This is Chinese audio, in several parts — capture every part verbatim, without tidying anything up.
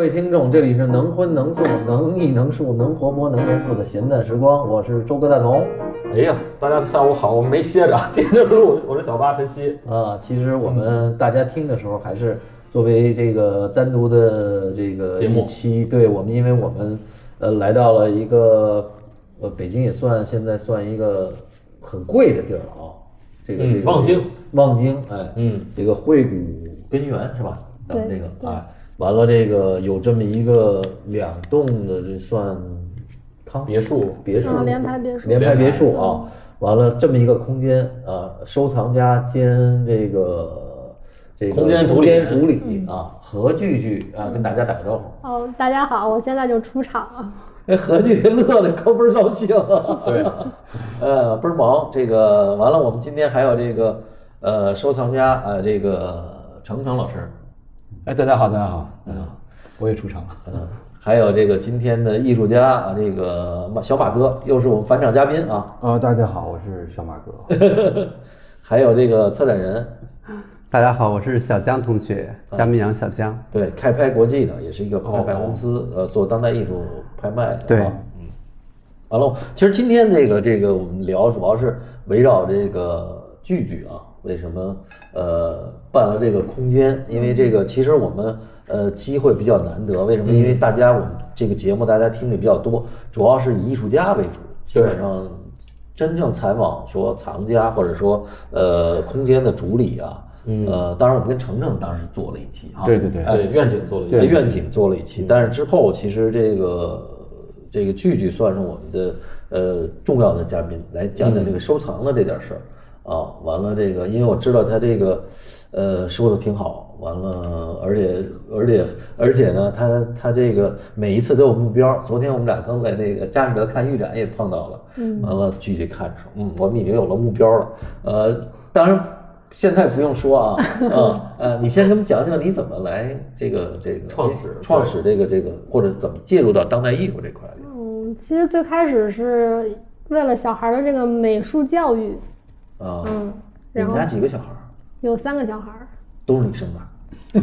位听众，这里是能荤能素能艺能术能活泼能严肃的闲淡时光，我是周哥大同。 哎呀，大家下午好，我没歇着，接着录。我是小八晨曦啊。其实我们大家听的时候，还是作为这个单独的这个节目一期，对我们，因为我们呃来到了一个呃北京也算现在算一个很贵的地儿了啊。这个、 嗯、 这个望京， 望京，哎， 嗯， 这个惠谷根源是吧？咱们这个对哎。完了，这个有这么一个两栋的，这算康别墅， 别墅， 啊，联排别墅， 联排别墅啊。完了，这么一个空间啊，收藏家兼这个这个空间主理空间主理啊，何聚聚啊，跟大家打个招呼。 哦，大家好，我现在就出场了。 哎，何聚聚乐的可倍儿高兴。 对， 呃，倍儿忙。这个完了，我们今天还有这个呃收藏家呃这个程程老师。 哎，大家好，大家好，嗯，我也出场了， 嗯，还有这个今天的艺术家啊，这个小马哥，又是我们返场嘉宾啊。 啊、哦，大家好，我是小马哥。 还有这个策展人， 大家好，我是小江同学，江明阳小江。 对，开拍国际的，也是一个拍卖公司，哦、呃，做当代艺术拍卖的。 对， 嗯，完了，其实今天这个这个我们聊主要是围绕这个聚聚啊。为什么呃办了这个空间？因为这个其实我们呃机会比较难得。为什么？因为大家我们这个节目大家听的比较多，主要是以艺术家为主，基本上真正采访说藏家或者说呃空间的主理啊，呃，当然我们跟程程当时做了一期啊， 对对对， 对愿景做了一期， 对愿景做了一期，但是之后其实这个这个聚聚算是我们的呃重要的嘉宾，来讲讲这个收藏的这点事儿。啊，完了这个，因为我知道他这个，呃，说的挺好。完了，而且而且而且呢，他他这个每一次都有目标。昨天我们俩刚在那个佳士得看预展也碰到了，嗯，完了继续看说，嗯，我们已经有了目标了。呃，当然现在不用说啊，啊呃，你先给我们讲讲你怎么来这个这个创始创始这个这个，或者怎么介入到当代艺术这块里。 嗯，其实最开始是为了小孩的这个美术教育。 啊， 嗯， 你们家几个小孩？ 有三个小孩， 都是你生的。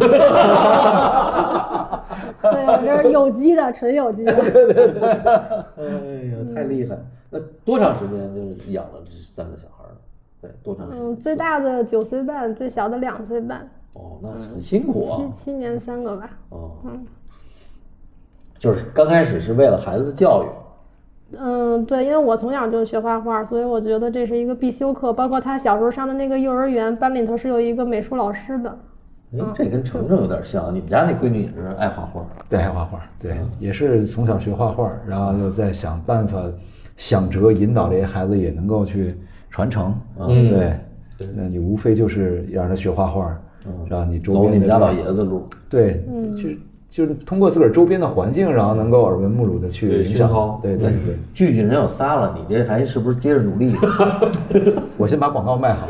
对，我这是有机的，纯有机的。 对对对。哎呀，太厉害！那多长时间就是养了这三个小孩？对，多长时间？ 嗯，最大的九岁半，最小的两岁半。 哦，那很辛苦啊。 七七年三个吧。 哦。嗯。就是刚开始是为了孩子的教育。 嗯，对，因为我从小就学画画，所以我觉得这是一个必修课。包括他小时候上的那个幼儿园，班里头是有一个美术老师的。 哎，这跟程程有点像，你们家那闺女也是爱画画。 对，爱画画，对，也是从小学画画，然后又在想办法想辙引导这些孩子也能够去传承。嗯，对，那你无非就是要让他学画画，让你周边走你们家老爷子的路。 对，就。就是通过自个儿周边的环境，然后能够耳闻目睹的去影响。对对对， 聚聚人有仨了，你这还是不是接着努力？ 我先把广告卖好。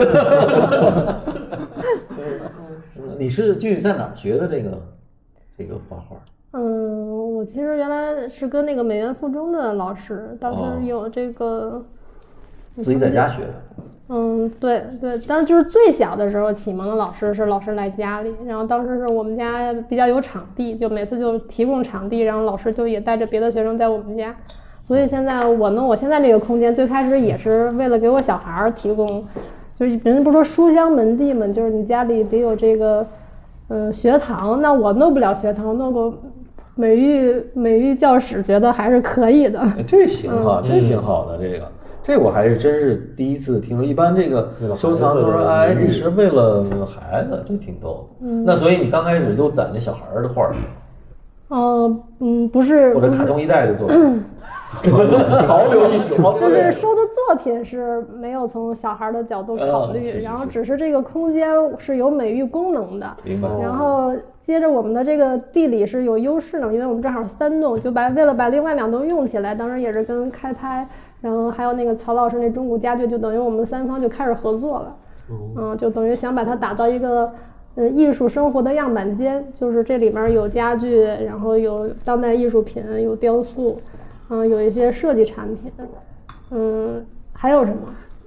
你是聚聚在哪儿学的这个这个画画？ 嗯，我其实原来是跟那个美院附中的老师，当时有这个、 哦、自己在家学的。 嗯，对对，当时就是最小的时候启蒙的老师是老师来家里，然后当时是我们家比较有场地，就每次就提供场地，然后老师就也带着别的学生在我们家，所以现在我呢，我现在这个空间最开始也是为了给我小孩提供，就是人家不说书香门第嘛，就是你家里得有这个，嗯、呃，学堂，那我弄不了学堂，弄个美育美育教室，觉得还是可以的。 这行啊，嗯、这挺好的，这个。这我还是真是第一次听说，一般这个收藏都是哎，你是为了孩子，这挺逗的。嗯、那所以你刚开始都攒那小孩的画儿？ 哦，嗯，不是， 或者卡通一代的作品。潮流艺术， 就是收的作品是没有从小孩的角度考虑， 嗯、 然后只是这个空间是有美育功能的。 明白。 然后接着我们的这个地理是有优势的，因为我们正好三栋，就把为了把另外两栋用起来，当时也是跟开拍，然后还有那个曹老师那中古家具，就等于我们三方就开始合作了。嗯，就等于想把它打造一个呃艺术生活的样板间，就是这里面有家具，然后有当代艺术品，有雕塑，嗯，有一些设计产品，嗯，还有什么？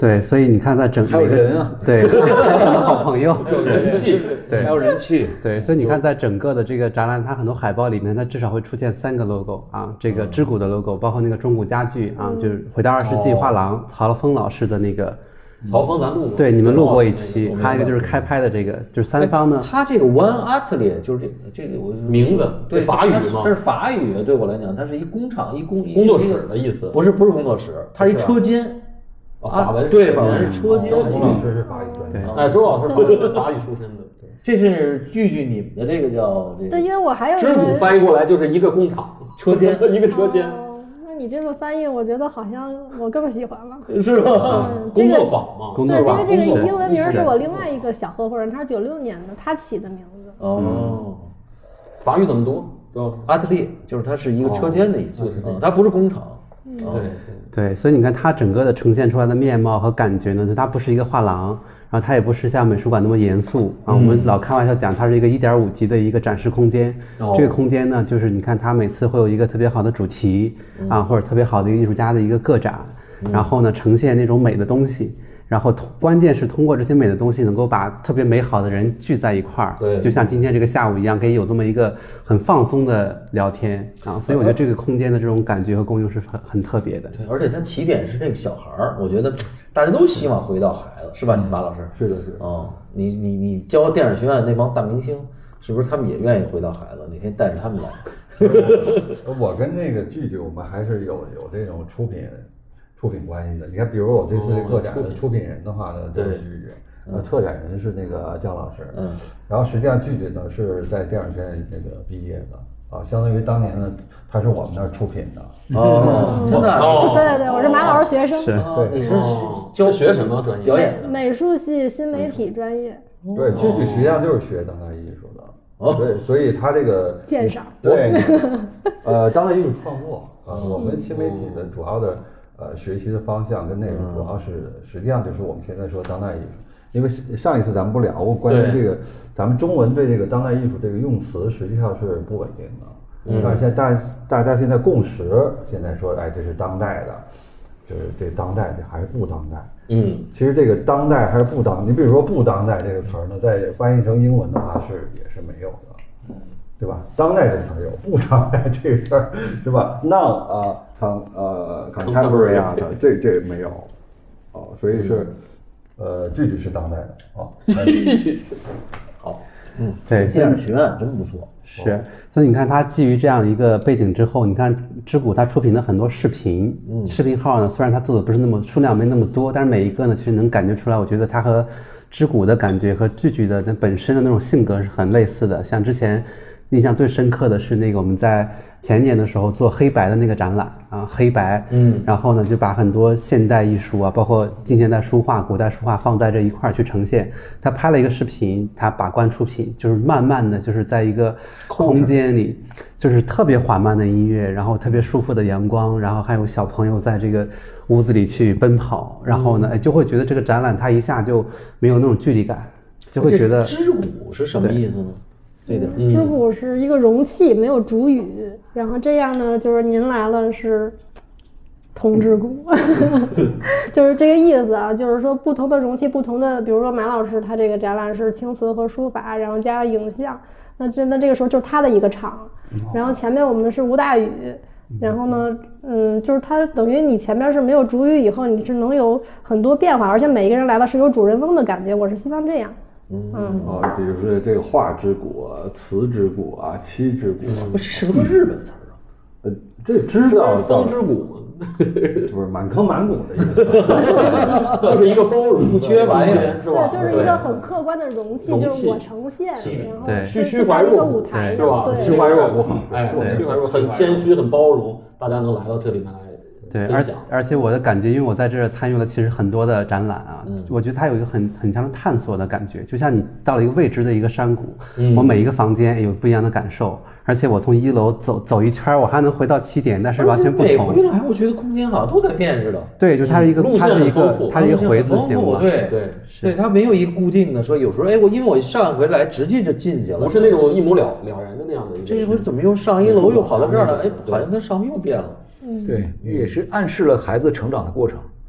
对，所以你看，在整还有人啊， 对，还有很多好朋友， 还有人气， 对， 还有人气， 对，所以你看，在整个的这个展览，它很多海报里面，它至少会出现三个 logo 啊，这个知谷的 logo， 包括那个中古家具啊，就是回到二世纪画廊曹峰老师的那个。 曹峰咱录过， 对，你们录过一期，还有一个就是开拍的这个，就是三方呢。 他这个 One Atelier 就是这个这个我名字对法语吗？ 这是法语，对我来讲，它是一工厂一工工作室的意思， 不是不是工作室，它是一车间。 法文对，法文是车间。 周老师是法语专业， 哎，周老师是法语出身的。 这是句句你们的这个叫这个。 对，因为我还有一知谷个翻译过来就是一个工厂车间， 一个车间。 那你这么翻译，我觉得好像我更喜欢了， 是吧？ 嗯， 工这个作坊嘛， 工作对，因坊为这个工作英文名是我另外一个小合伙人，他是九六年的，他起的名字。 哦， 法语怎么读？对阿特利就是它是一个车间的意思， 就是它不是工厂。 对对，所以你看它整个的呈现出来的面貌和感觉呢，它不是一个画廊，然后它也不是像美术馆那么严肃啊。我们老开玩笑讲，它是一个一点五级的一个展示空间。这个空间呢，就是你看它每次会有一个特别好的主题啊，或者特别好的一个艺术家的一个个展，然后呢呈现那种美的东西。然后通关键是通过这些美的东西，能够把特别美好的人聚在一块儿， 对， 就像今天这个下午一样，可以有这么一个很放松的聊天啊，所以我觉得这个空间的这种感觉和功用是很很特别的。 对，而且它起点是这个小孩儿，我觉得大家都希望回到孩子，是吧，马老师？ 是的，是的。 哦，你你你教电影学院那帮大明星，是不是他们也愿意回到孩子？哪天带着他们来？ 我跟那个剧剧，我们还是有有这种出品。出品关系的，你看，比如我这次这个展的出品人的话呢，就是剧剧，呃，策展人是那个姜老师，嗯，然后实际上剧剧呢是在电影学院那个毕业的，啊，相当于当年呢他是我们那儿出品的， 哦，真的， 哦， 对对，我是马老师学生， 是， 对，你是教学什么专业？ 表演美术系新媒体专业， 对，剧剧实际上就是学当代艺术的，哦，对，所以他这个鉴赏， 对，呃，当代艺术创作，啊，我们新媒体的主要的。呃，学习的方向跟内容主要是，实际上就是我们现在说当代艺术。因为上一次咱们不聊过关于这个，咱们中文对这个当代艺术这个用词实际上是不稳定的。但是现在大大家现在共识，现在说，哎，这是当代的，就是这当代这还是不当代。嗯，其实这个当代还是不当，你比如说不当代这个词儿呢，在翻译成英文的话是也是没有的。对吧？当代这词儿有，不当代这个词儿是吧 ？non 啊 con 呃 contemporary 啊，这这没有，哦，所以是呃，具体是当代的哦。 好， 嗯， 对， 电影学院真不错。 是，所以你看，它基于这样一个背景之后，你看知谷它出品的很多视频，嗯，视频号呢，虽然它做的不是那么数量没那么多，但是每一个呢，其实能感觉出来，我觉得它和知谷的感觉和剧剧的那本身的那种性格是很类似的，像之前。印象最深刻的是那个我们在前年的时候做黑白的那个展览啊，黑白，嗯，然后呢就把很多现代艺术啊，包括近现代书画、古代书画放在这一块儿去呈现。他拍了一个视频，他把关出品，就是慢慢的就是在一个空间里，就是特别缓慢的音乐，然后特别舒服的阳光，然后还有小朋友在这个屋子里去奔跑，然后呢，哎，就会觉得这个展览它一下就没有那种距离感，就会觉得知谷是什么意思呢？这点知谷是一个容器，没有主语，然后这样呢，就是您来了是同知谷，就是这个意思啊。就是说不同的容器，不同的，比如说马老师他这个展览是青瓷和书法，然后加上影像，那这那这个时候就是他的一个场，然后前面我们是吴大宇。然后呢，嗯，就是它等于你前面是没有主语，以后你是能有很多变化，而且每一个人来了是有主人翁的感觉。我是希望这样。 嗯哦，比如说这个画之谷啊、瓷之谷啊、漆之谷， 不是什么日本词儿啊？ 呃，这知道风之谷嘛， 不是满坑满谷的意思， 就是一个包容不缺玩意儿，是吧？ 对，就是一个很客观的容器，就是我呈现，然后对， 虚虚怀若谷， 是吧？ 虚怀若谷， 哎，虚怀若很谦虚，很包容，大家能来到这里面来。 对，而且而且我的感觉，因为我在这儿参与了其实很多的展览啊，嗯、我觉得它有一个很很强的探索的感觉，就像你到了一个未知的一个山谷，嗯、我每一个房间有不一样的感受，而且我从一楼走走一圈，我还能回到起点，但是完全不同。 每回来我觉得空间好像都在变似的。 对，就它是一个， 嗯、 它是一个，它是一个回字形嘛。 对对对，它没有一个固定的说，有时候哎，我因为我上一回来直接就进去了， 不是那种一目了了然的那样的一个。 这回怎么又上一楼又跑到这儿了？哎，好像跟上面又变了。 对，也是暗示了孩子成长的过程。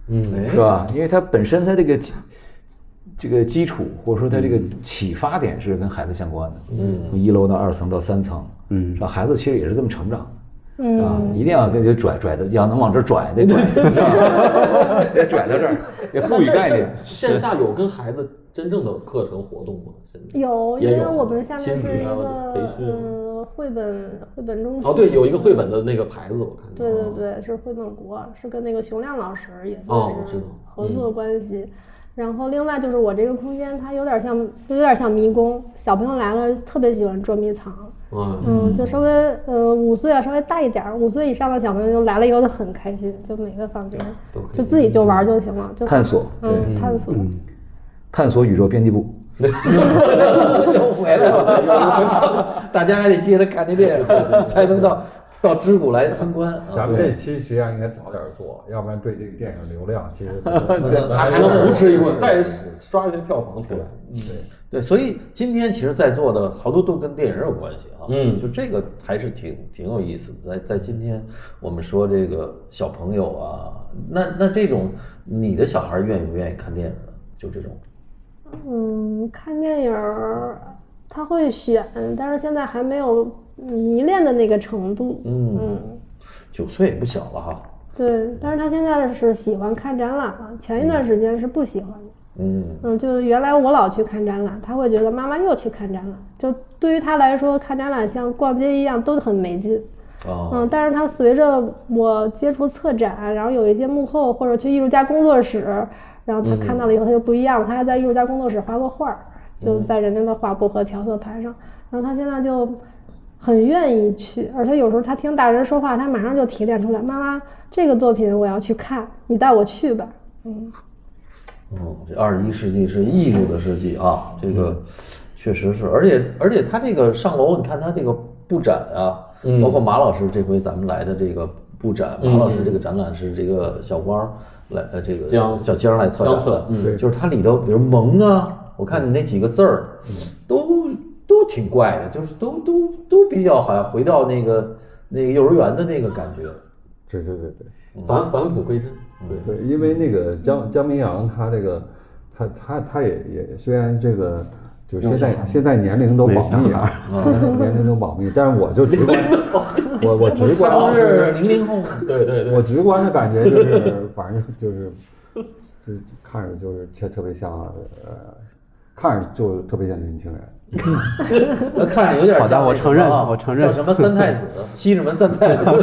嗯， 是吧？因为它本身它这个这个基础或者说它这个启发点是跟孩子相关的，嗯，从一楼到二层到三层，嗯，是吧？孩子其实也是这么成长的。 嗯啊，一定要跟就拽拽的，要能往这儿拽，得拽，得拽到这儿，得赋予概念。 线下有跟孩子真正的课程活动吗？现在有，因也有为我们下面是一亲子啊个培训呃绘本绘本中心。 哦，对，有一个绘本的那个牌子，我看到。 对对对，是绘本国，是跟那个熊亮老师也算哦我知是道合作关系。然后另外就是我这个空间，它有点像有点像迷宫，小朋友来了特别喜欢捉迷藏。 嗯嗯，就稍微呃五岁啊，稍微大一点儿，五岁以上的小朋友就来了以后，他很开心，就每个房间就自己就玩就行了，就探索， 嗯，探索， 探索宇宙编辑部。 又回来了，大家还得接着看这电影，才能到到知谷来参观。 咱们这期实际上应该早点做，要不然对这个电影流量其实还还能扶持一会儿，再刷一些票房出来。 嗯对。 对，所以今天其实在座的好多都跟电影有关系啊， 嗯就这个还是挺挺有意思的。在在今天我们说这个小朋友啊，那那这种你的小孩愿不愿意看电影呢？就这种， 嗯，看电影儿他会选，但是现在还没有迷恋的那个程度。 嗯嗯， 九岁也不小了哈。 对，但是他现在是喜欢看展览了，前一段时间是不喜欢的。 嗯嗯，就原来我老去看展览，他会觉得妈妈又去看展览，就对于他来说，看展览像逛街一样都很没劲。 哦， 嗯，但是他随着我接触策展，然后有一些幕后或者去艺术家工作室，然后他看到了以后他就不一样了，他还在艺术家工作室画过画，就在人家的画布和调色盘上，然后他现在就很愿意去，而且有时候他听大人说话，他马上就提炼出来，妈妈这个作品我要去看，你带我去吧。嗯。 嗯，这二十一世纪是艺术的世纪啊，这个确实是，而且而且他这个上楼，你看他这个布展啊，包括马老师这回咱们来的这个布展，马老师这个展览是这个小光来呃这个江小江来策展的，嗯，就是它里头比如萌啊，我看你那几个字儿，都都挺怪的，就是都都都比较好像回到那个那个幼儿园的那个感觉， 对对对对。 返返璞归真， 对对，因为那个江江明阳他这个，他他他也也虽然这个就是现在现在年龄都保密啊，年龄都保密，但是我就直观，我我直观都是零零后， 对对对， 我直观的感觉就是，反正就是就是看着就是特特别像呃，看着就特别像年轻人。 那看着有点像， 好的，我承认，我承认。 叫什么三太子？西直门三太子。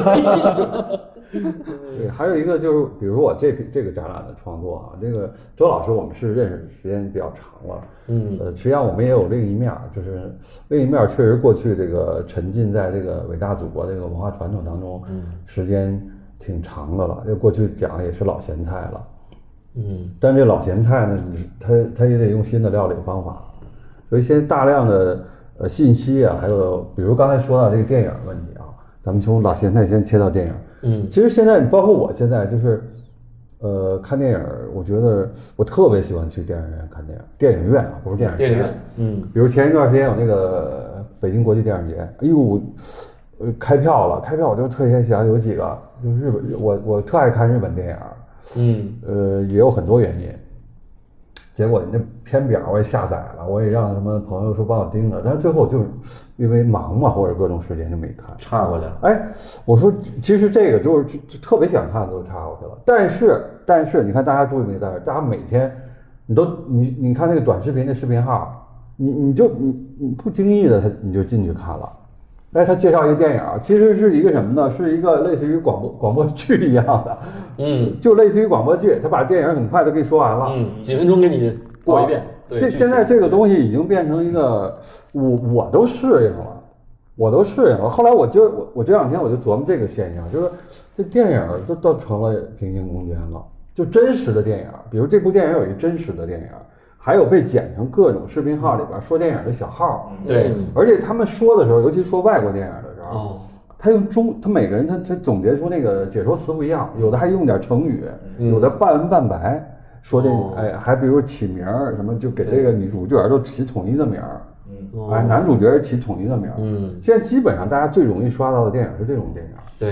对，还有一个就是，比如我这这个展览的创作啊，这个周老师我们是认识时间比较长了，嗯，呃，实际上我们也有另一面，就是另一面确实过去这个沉浸在这个伟大祖国这个文化传统当中，嗯，时间挺长的了，就过去讲也是老咸菜了，嗯，但这老咸菜呢，它它也得用新的料理方法，所以现在大量的呃信息啊，还有比如刚才说到这个电影问题啊，咱们从老咸菜先切到电影。嗯，其实现在包括我现在就是，呃，看电影，我觉得我特别喜欢去电影院看电影，电影院不是电影电影院，嗯， 比如前一段时间有那个北京国际电影节，哎呦，呃，开票了，开票我就特别想有几个，就是日本，我我特爱看日本电影，嗯，呃，也有很多原因。结果那片表我也下载了，我也让什么朋友说帮我盯着，但是最后就是因为忙嘛或者各种时间就没看， 插过去了。 哎，我说其实这个就是就就特别想看的都插过去了，但是但是你看大家注意没？大家大家每天你都你你看那个短视频的视频号，你你就你你不经意的他你就进去看了。哎，他介绍一个电影，其实是一个什么呢？是一个类似于广播广播剧一样的，嗯，就类似于广播剧，他把电影很快的给说完了， 嗯，几分钟给你过一遍。 现现在这个东西已经变成一个，我我都适应了，我都适应了。后来我今儿我我这两天我就琢磨这个现象，就是这电影都都成了平行空间了，就真实的电影，比如这部电影有一真实的电影。还有被剪成各种视频号里边说电影的小号， 对， 而且他们说的时候，尤其说外国电影的时候，哦、他用中，他每个人他他总结出那个解说词不一样，有的还用点成语，嗯、有的半文半白，说这、哦、哎，还比如起名儿什么，就给这个女主角都起统一的名儿，嗯，哎，男主角起统一的名儿，嗯，现在基本上大家最容易刷到的电影是这种电影， 对。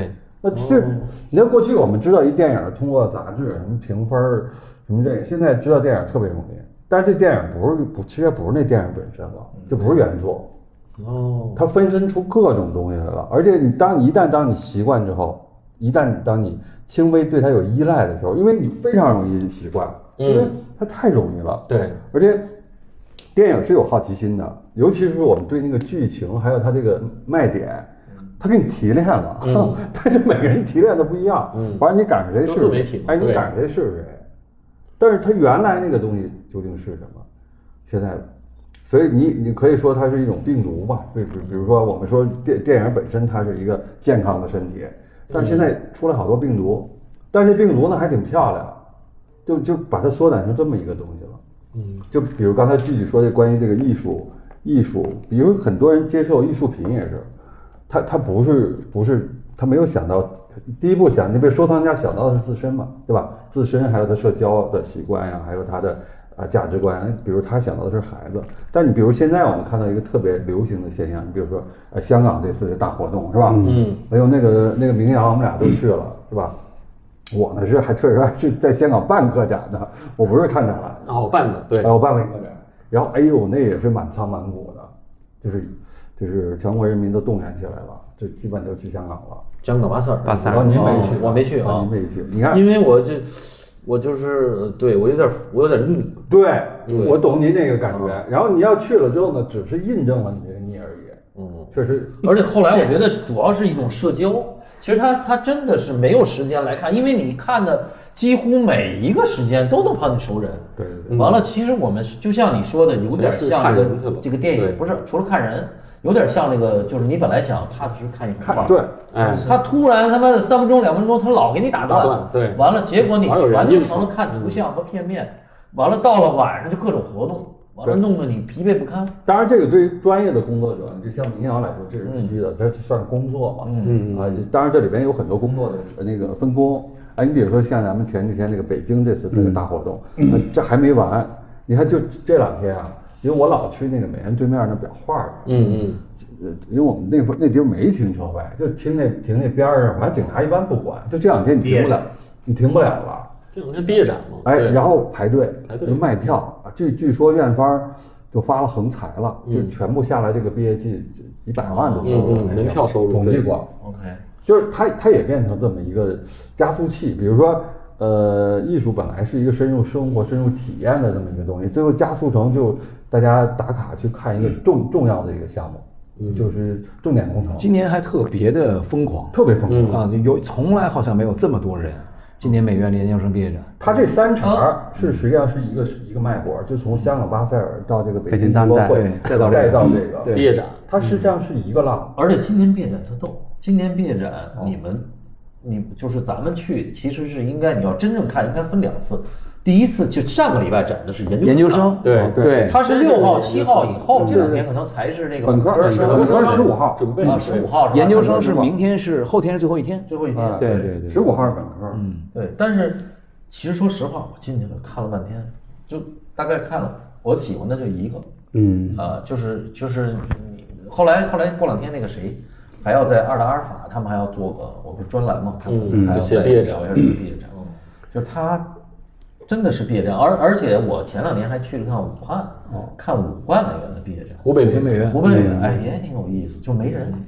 那这你看过去我们知道一电影通过杂志什么评分什么这个，现在知道电影特别容易，但是这电影不是不其实不是那电影本身了，这不是原作。哦，它分身出各种东西来了，而且你当一旦当你习惯之后，一旦当你轻微对它有依赖的时候，因为你非常容易习惯，因为它太容易了。 对， 而且电影是有好奇心的，尤其是我们对那个剧情还有它这个卖点，它给你提炼了。嗯、但是每个人提炼的不一样，嗯，反正你赶上谁是自媒体， 哎，你赶上谁是谁。但是它原来那个东西究竟是什么？现在。所以你你可以说它是一种病毒吧，比比比如说我们说电电影本身它是一个健康的身体，但是现在出来好多病毒，但是这病毒呢还挺漂亮，就就把它缩短成这么一个东西了。嗯，就比如刚才具体说的关于这个艺术艺术，比如很多人接受艺术品也是，他他不是不是他没有想到第一步想，你比如收藏家想到的是自身嘛，对吧？自身还有他社交的习惯呀，还有他的。啊，价值观，比如他想到的是孩子，但你比如现在我们看到一个特别流行的现象，你比如说，呃，香港这次的大活动是吧？嗯，还有那个那个名扬，我们俩都去了，是吧？我呢是还确实是在香港办个展的，我不是看展览。 哦，办的，对， 哎，我办了一个展，然后哎呦，那也是满仓满谷的，就是就是全国人民都动员起来了，就基本都去香港了。 香港巴塞尔， 巴塞尔， 哦，您没去， 我没去啊， 您没去，你看， 因为我这。我就是对我有点我有点腻， 对，我懂您那个感觉。然后你要去了之后呢，只是印证了你这个腻而已。嗯，确实。 而且后来我觉得主要是一种社交，其实他他真的是没有时间来看，因为你看的几乎每一个时间都能碰见熟人。 对对。 完了，其实我们就像你说的，有点像这个这个电影，不是除了看人。有点像那个，就是你本来想踏踏实实看一幅画， 对， 哎，他突然他妈的三分钟两分钟，他老给你打断， 打断对， 完了，结果你全就成了看图像和片面，完了到了晚上就各种活动，完了弄得你疲惫不堪。 当然，这个对于专业的工作者，就像民谣来说，这是必须的，这算是工作嘛，嗯啊，当然这里边有很多工作的那个分工，哎，你比如说像咱们前几天这个北京这次这个大活动，这还没完，你看就这两天啊。因为我老去那个美院对面那裱画儿， 嗯嗯， 呃，因为我们那会儿那地儿没停车位，就停那停那边儿上，反正警察一般不管，就这两天你停不了，你停不了了。 这种是毕业展吗？ 哎，然后排队排队就卖票，据据说院方就发了横财了，就全部下来这个毕业季一百万的收入， 门票收入统计过 ，OK， 就是它它也变成这么一个加速器，比如说。呃，艺术本来是一个深入生活、深入体验的这么一个东西，最后加速成就大家打卡去看一个重重要的一个项目，嗯、就是重点工程。 今年还特别的疯狂， 特别疯狂、 嗯、啊！有从来好像没有这么多人。今年美院研究生毕业展， 它这三茬是实际上是一个一个脉搏，就从香港巴塞尔到这个北京当代， 再到再到这个毕业展， 它实际上是一个浪。 而且今年毕业展特逗，今年毕业展你们。你就是咱们去，其实是应该你要真正看，应该分两次。第一次就上个礼拜展的是研究研究生， 对对， 他是六号、七号以后，这两天可能才是那个本科，本科十五号准备啊，十五号。 研究生是明天是后天是最后一天， 最后一天。 对对对， 十五号是本科， 嗯，对。但是其实说实话，我进去了看了半天，就大概看了，我喜欢的就一个，嗯啊，就是就是你后来后来过两天那个谁。还要在二大阿尔法，他们还要做个我不是专栏嘛，他们还要再聊一下这个毕业展。就他真的是毕业展，而而且我前两年还去了趟武汉，哦，看武汉美院的毕业展， 湖北美院， 湖北美院，哎，也挺有意思，就没人，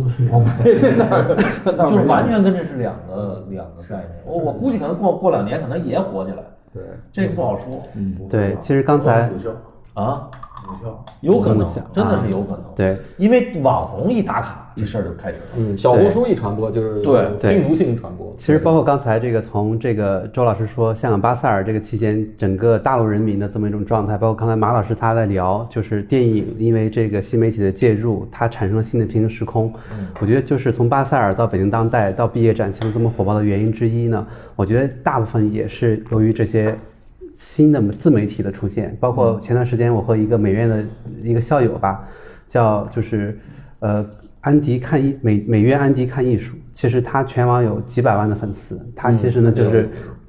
就是完全跟这是两个两个概念。我我估计可能过过两年可能也火起来， 对， 这个不好说。 嗯，对，其实刚才啊。有可能，真的是有可能。 对， 因为网红一打卡，这事儿就开始了。 嗯，小红书一传播就是对病毒性传播。 其实包括刚才这个，从这个周老师说香港巴塞尔这个期间，整个大陆人民的这么一种状态，包括刚才马老师他在聊，就是电影因为这个新媒体的介入，它产生了新的平行时空。嗯，我觉得就是从巴塞尔到北京当代到毕业展现这么火爆的原因之一呢，我觉得大部分也是由于这些。新的自媒体的出现，包括前段时间我和一个美院的一个校友吧，叫就是呃安迪看艺美美院安迪看艺术，其实他全网有几百万的粉丝，他其实呢就是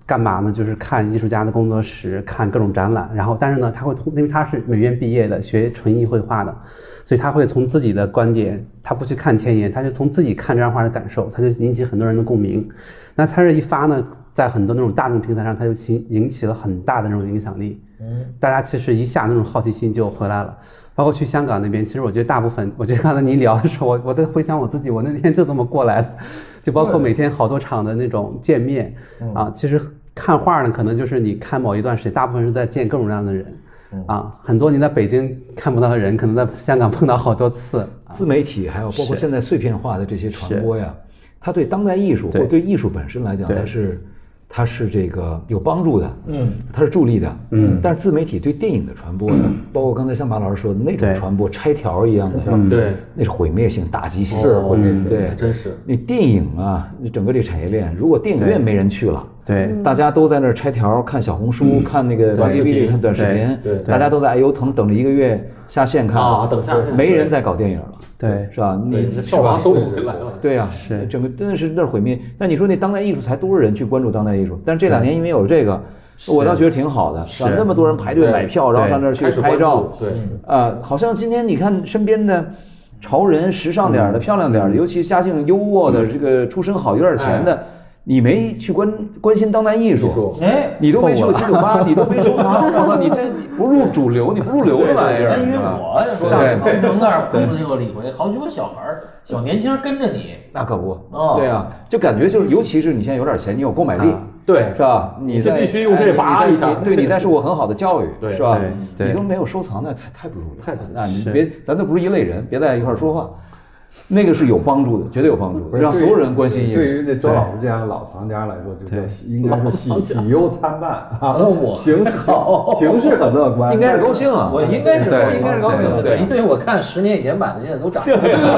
干嘛呢？就是看艺术家的工作室，看各种展览。然后，但是呢，他会通，因为他是美院毕业的，学纯艺绘画的，所以他会从自己的观点，他不去看前沿，他就从自己看这张画的感受，他就引起很多人的共鸣。那他这一发呢，在很多那种大众平台上，他就引引起了很大的那种影响力。嗯，大家其实一下那种好奇心就回来了。包括去香港那边，其实我觉得大部分，我觉得刚才你聊的时候，我我在回想我自己，我那天就这么过来的，就包括每天好多场的那种见面啊。其实看画呢，可能就是你看某一段时间，大部分是在见各种各样的人啊。很多你在北京看不到的人，可能在香港碰到好多次。 自媒体还有包括现在碎片化的这些传播呀，它对当代艺术或对艺术本身来讲，它是。它是这个有帮助的，嗯，它是助力的，嗯，但是自媒体对电影的传播呢，嗯、包括刚才像马老师说的那种传播，拆条一样的， 嗯、对， 那是毁灭性、打击性， 是毁灭性， 对， 真是。 你电影啊，你整个这个产业链，如果电影院没人去了， 对， 大家都在那儿拆条，看小红书，看那个 V V B， 看短视频， 对， 大家都在爱优腾等着一个月下线看啊，等下线， 没人再搞电影了， 对， 是吧？你票房收不回来了， 对呀， 是整个真的是那是毁灭。那你说那当代艺术才多少人去关注当代艺术？但是这两年因为有这个，我倒觉得挺好的，是吧？那么多人排队买票，然后上那儿去拍照， 对， 啊，好像今天你看身边的潮人、时尚点的、漂亮点的，尤其家境优渥的，这个出身好、有点钱的。你没去关关心当代艺术，哎，你都没去过七九八，你都没收藏，我操，你这不入主流，你不入流的玩意儿。 因为我上长城那儿碰见过一回，好几个小孩儿、小年轻跟着你， 那可不，对啊，就感觉就是，尤其是你现在有点钱，你有购买力， 对， 是吧？你这必须用这拔一下， 对，你在受过很好的教育，是吧？ 你都没有收藏，那太太不入流， 太那你别，咱都不是一类人，别在一块说话。那个是有帮助的，绝对有帮助的，让所有人关心艺术。 对于那周老师这样的老藏家来说，就叫应该是喜喜忧参半啊。 我形好，形势很乐观， 应该是高兴啊。 我应该是应该是高兴， 对，因为我看十年以前买的，现在都涨了。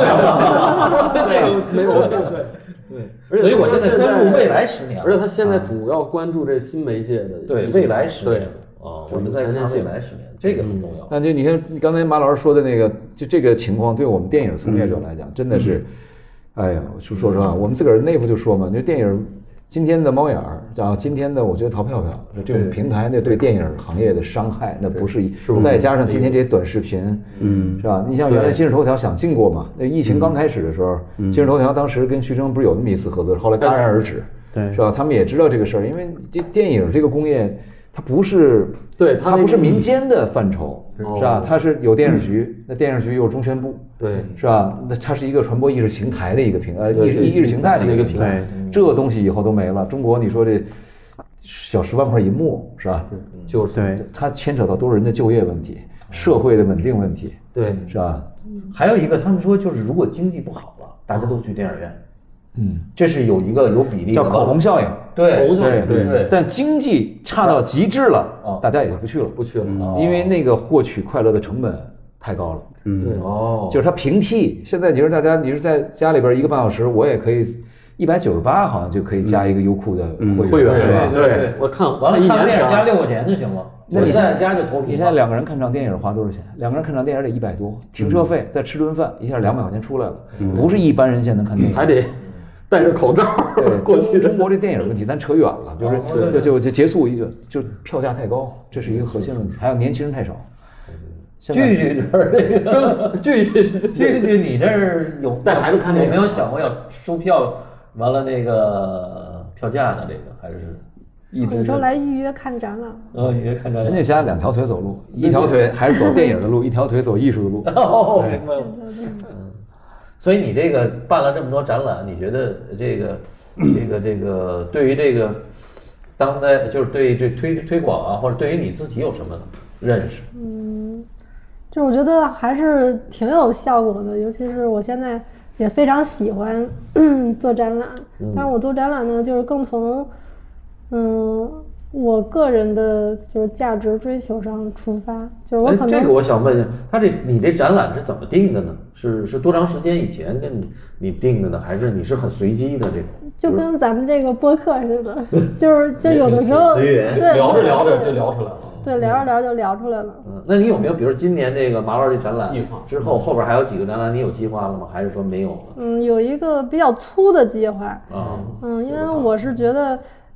对，没有对对， 所以我现在关注未来十年， 而且他现在主要关注这新媒介的， 对未来十年。 啊， 我们在看未来十年，这个很重要。 那就你看刚才马老师说的那个，就这个情况，对我们电影从业者来讲，真的是，哎呀，说说实话，我们自个儿内部就说嘛，就电影今天的猫眼儿，然后今天的我觉得淘票票这种平台呢，对电影行业的伤害，那不是再加上今天这些短视频，嗯，是吧？你像原来今日头条想进过嘛？那疫情刚开始的时候，今日头条当时跟徐峥不是有那么一次合作，后来戛然而止， 对， 是吧？他们也知道这个事儿，因为这电影这个工业。它不是， 对， 它不是民间的范畴，是吧？它是有电视局，那电视局有中宣部， 对， 是吧？那它是一个传播意识形态的一个平，呃，意识意识形态的一个平台。这个东西以后都没了。中国，你说这小十万块银幕，是吧？ 就是对， 它牵扯到多少人的就业问题、社会的稳定问题， 对， 是吧？ 还有一个，他们说就是如果经济不好了，大家都去电影院。 嗯， 这是有一个有比例的， 叫口红效应。 对对对对。 但经济差到极致了，大家也就不去了， 不去了， 因为那个获取快乐的成本太高了。 嗯， 对哦， 就是它平替。现在你说大家，你是在家里边一个半小时，我也可以一百九十八，好像就可以加一个优酷的会员， 是吧？ 对， 我看完了，看电影加六块钱就行了。 那你在家就投屏。 你现在两个人看场电影花多少钱？两个人看场电影得一百多，停车费再吃顿饭，一下两百块钱出来了，不是一般人现在能看电影， 还得。戴着口罩， 对， 过去中国这电影问题咱扯远了，就是就就就结束一个，就票价太高，这是一个核心问题，还有年轻人太少。 句句这儿这个句句句句，你这儿有带孩子看电影， 有没有想过要收票？完了那个票价呢？这个还是一直有时候来预约看展览。 嗯，预约看展览。 人家家两条腿走路，一条腿还是走电影的路，一条腿走艺术的路。 哦，明白了。嗯。所以你这个办了这么多展览，你觉得这个、这个、这个对于这个当代，就是对这推推广啊，或者对于你自己有什么认识？ 嗯，就我觉得还是挺有效果的，尤其是我现在也非常喜欢做展览，但是我做展览呢，就是更从嗯。我个人的就是价值追求上出发，就是我可能、 哎、这个我想问一下，他这你这展览是怎么定的呢？是是多长时间以前跟你你定的呢，还是你是很随机的这种？ 就跟咱们这个播客似的，就是就有的时候对聊着聊着就聊出来了， 对，聊着聊着就聊出来了。 嗯，那你有没有比如今年这个马老师这展览计划之后，后边还有几个展览你有计划了吗？还是说没有了？ 嗯，有一个比较粗的计划啊， 嗯，因为我是觉得。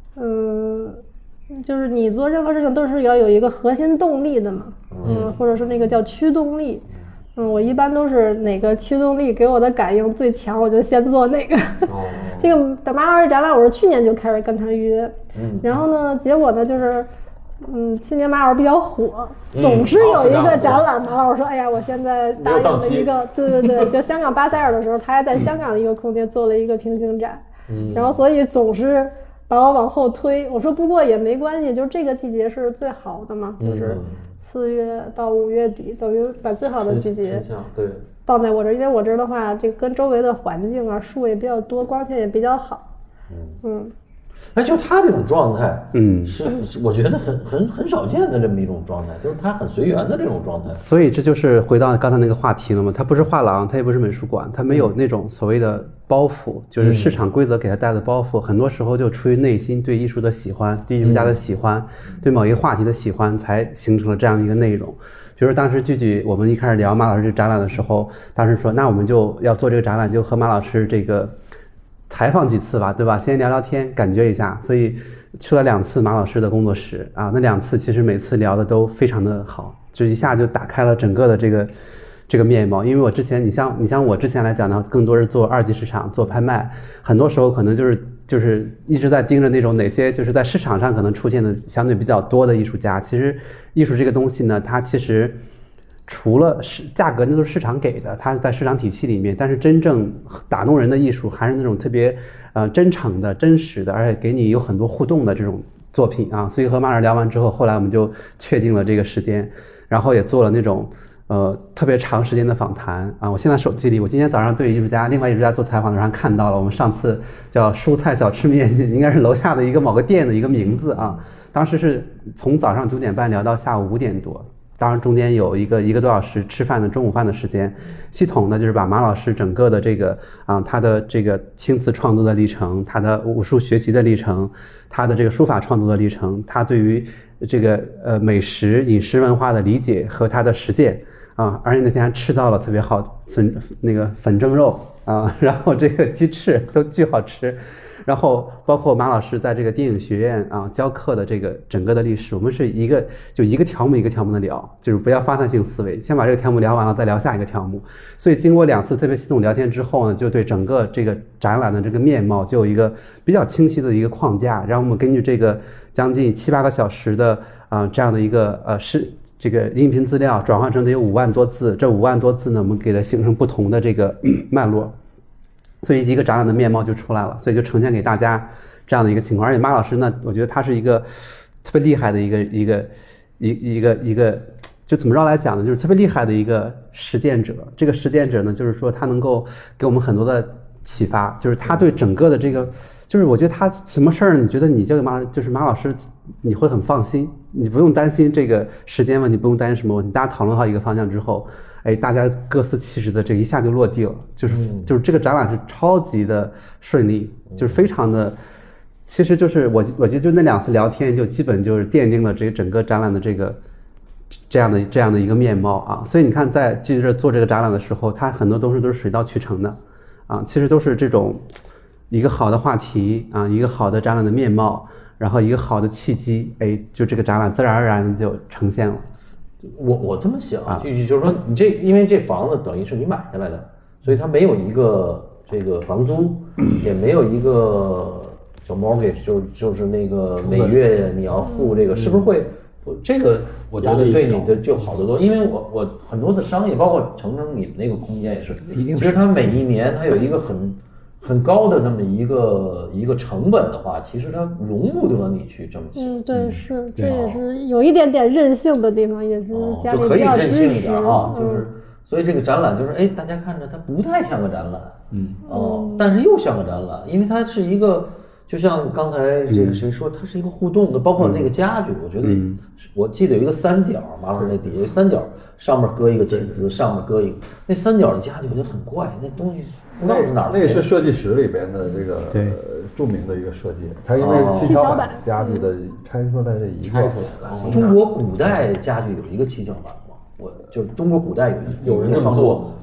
嗯，就是你做任何事情都是要有一个核心动力的嘛，嗯，或者是那个叫驱动力。嗯，我一般都是哪个驱动力给我的感应最强，我就先做那个。哦，这个等马老师展览，我是去年就开始跟他约，嗯，然后呢，结果呢就是，嗯，去年马老师比较火，嗯、总是有一个展览，马老师说，哎呀，我现在答应了一个，对对对，就香港巴塞尔的时候，他还在香港的一个空间做了一个平行展，嗯，然后所以总是把我往后推。我说不过也没关系，就是这个季节是最好的嘛，就是。嗯四月到五月底，等于把最好的季节对放在我这儿，因为我这儿的话，这跟周围的环境啊，树也比较多，光线也比较好。嗯嗯，哎，就他这种状态，嗯，是我觉得很很很少见的这么一种状态，就是他很随缘的这种状态。 所以这就是回到刚才那个话题了嘛，他不是画廊，他也不是美术馆，他没有那种所谓的包袱，就是市场规则给他带的包袱，很多时候就出于内心对艺术的喜欢，对艺术家的喜欢，对某一个话题的喜欢，才形成了这样的一个内容。比如当时聚聚我们一开始聊马老师这个展览的时候，当时说那我们就要做这个展览，就和马老师这个采访几次吧，对吧？先聊聊天，感觉一下。所以去了两次马老师的工作室啊，那两次其实每次聊的都非常的好，就一下就打开了整个的这个这个面貌。因为我之前，你像你像我之前来讲呢，更多是做二级市场，做拍卖，很多时候可能就是就是一直在盯着那种哪些就是在市场上可能出现的相对比较多的艺术家。其实艺术这个东西呢，它其实除了是价格，那都是市场给的，它是在市场体系里面。但是真正打动人的艺术，还是那种特别呃真诚的、真实的，而且给你有很多互动的这种作品啊。所以和马老师聊完之后，后来我们就确定了这个时间，然后也做了那种呃特别长时间的访谈啊。我现在手机里，我今天早上对艺术家、另外艺术家做采访的时候看到了，我们上次叫蔬菜小吃面，应该是楼下的一个某个店的一个名字啊。当时是从早上九点半聊到下午五点多。当然中间有一个一个多小时吃饭的中午饭的时间，系统呢就是把马老师整个的这个啊他的这个青瓷创作的历程，他的武术学习的历程，他的这个书法创作的历程，他对于这个呃美食饮食文化的理解和他的实践啊，而且那天还吃到了特别好粉那个粉蒸肉啊，然后这个鸡翅都巨好吃。然后包括马老师在这个电影学院啊教课的这个整个的历史，我们是一个就一个条目一个条目的聊，就是不要发散性思维，先把这个条目聊完了再聊下一个条目。所以经过两次特别系统聊天之后呢，就对整个这个展览的这个面貌就有一个比较清晰的一个框架，然后我们根据这个将近七八个小时的啊、呃、这样的一个呃是这个音频资料转换成得有五万多字，这五万多字呢，我们给它形成不同的这个脉络。所以一个展览的面貌就出来了，所以就呈现给大家这样的一个情况。而且马老师呢，我觉得他是一个特别厉害的一个一个一一个一个，就怎么着来讲呢，就是特别厉害的一个实践者。这个实践者呢，就是说他能够给我们很多的启发，就是他对整个的这个，就是我觉得他什么事儿，你觉得你交给马就是马老师，你会很放心，你不用担心这个时间问题，不用担心什么问题。大家讨论好一个方向之后。哎，大家各司其职的，这一下就落地了，就是就是这个展览是超级的顺利，就是非常的，其实就是我我觉得就那两次聊天，就基本就是奠定了这整个展览的这个这样的这样的一个面貌啊。所以你看，在记者做这个展览的时候，它很多东西都是水到渠成的啊，其实都是这种一个好的话题啊，一个好的展览的面貌，然后一个好的契机，哎，就这个展览自然而然就呈现了。 我我这么想啊，就就是说你这因为这房子等于是你买下来的，所以它没有一个这个房租，也没有一个叫 mortgage， 就就是那个每月你要付这个，是不是会这个？我觉得对你的就好得多，因为我我很多的商业，包括程程你们那个空间也是，其实它每一年它有一个很。很高的那么一个一个成本的话，其实它容不得你去这么想。 嗯，对，是，这也是有一点点任性的地方，也是家里比较支持、哦、就可以任性一点啊， 嗯、 就是，所以这个展览就是，哎，大家看着它不太像个展览，嗯，哦，但是又像个展览，因为它是一个，就像刚才这个谁说，它是一个互动的，包括那个家具，我觉得，嗯、我记得有一个三角，马老师那底下有三角。上面搁一个起子，上面搁一个那三角的家具，我觉得很怪，那东西不知道是哪儿。 那是设计室里边的这个、呃、著名的一个设计，它因为七巧板家具的拆出来的一个。拆出来的。中国古代家具有一个七巧板吗？我就是中国古代有有人这么做，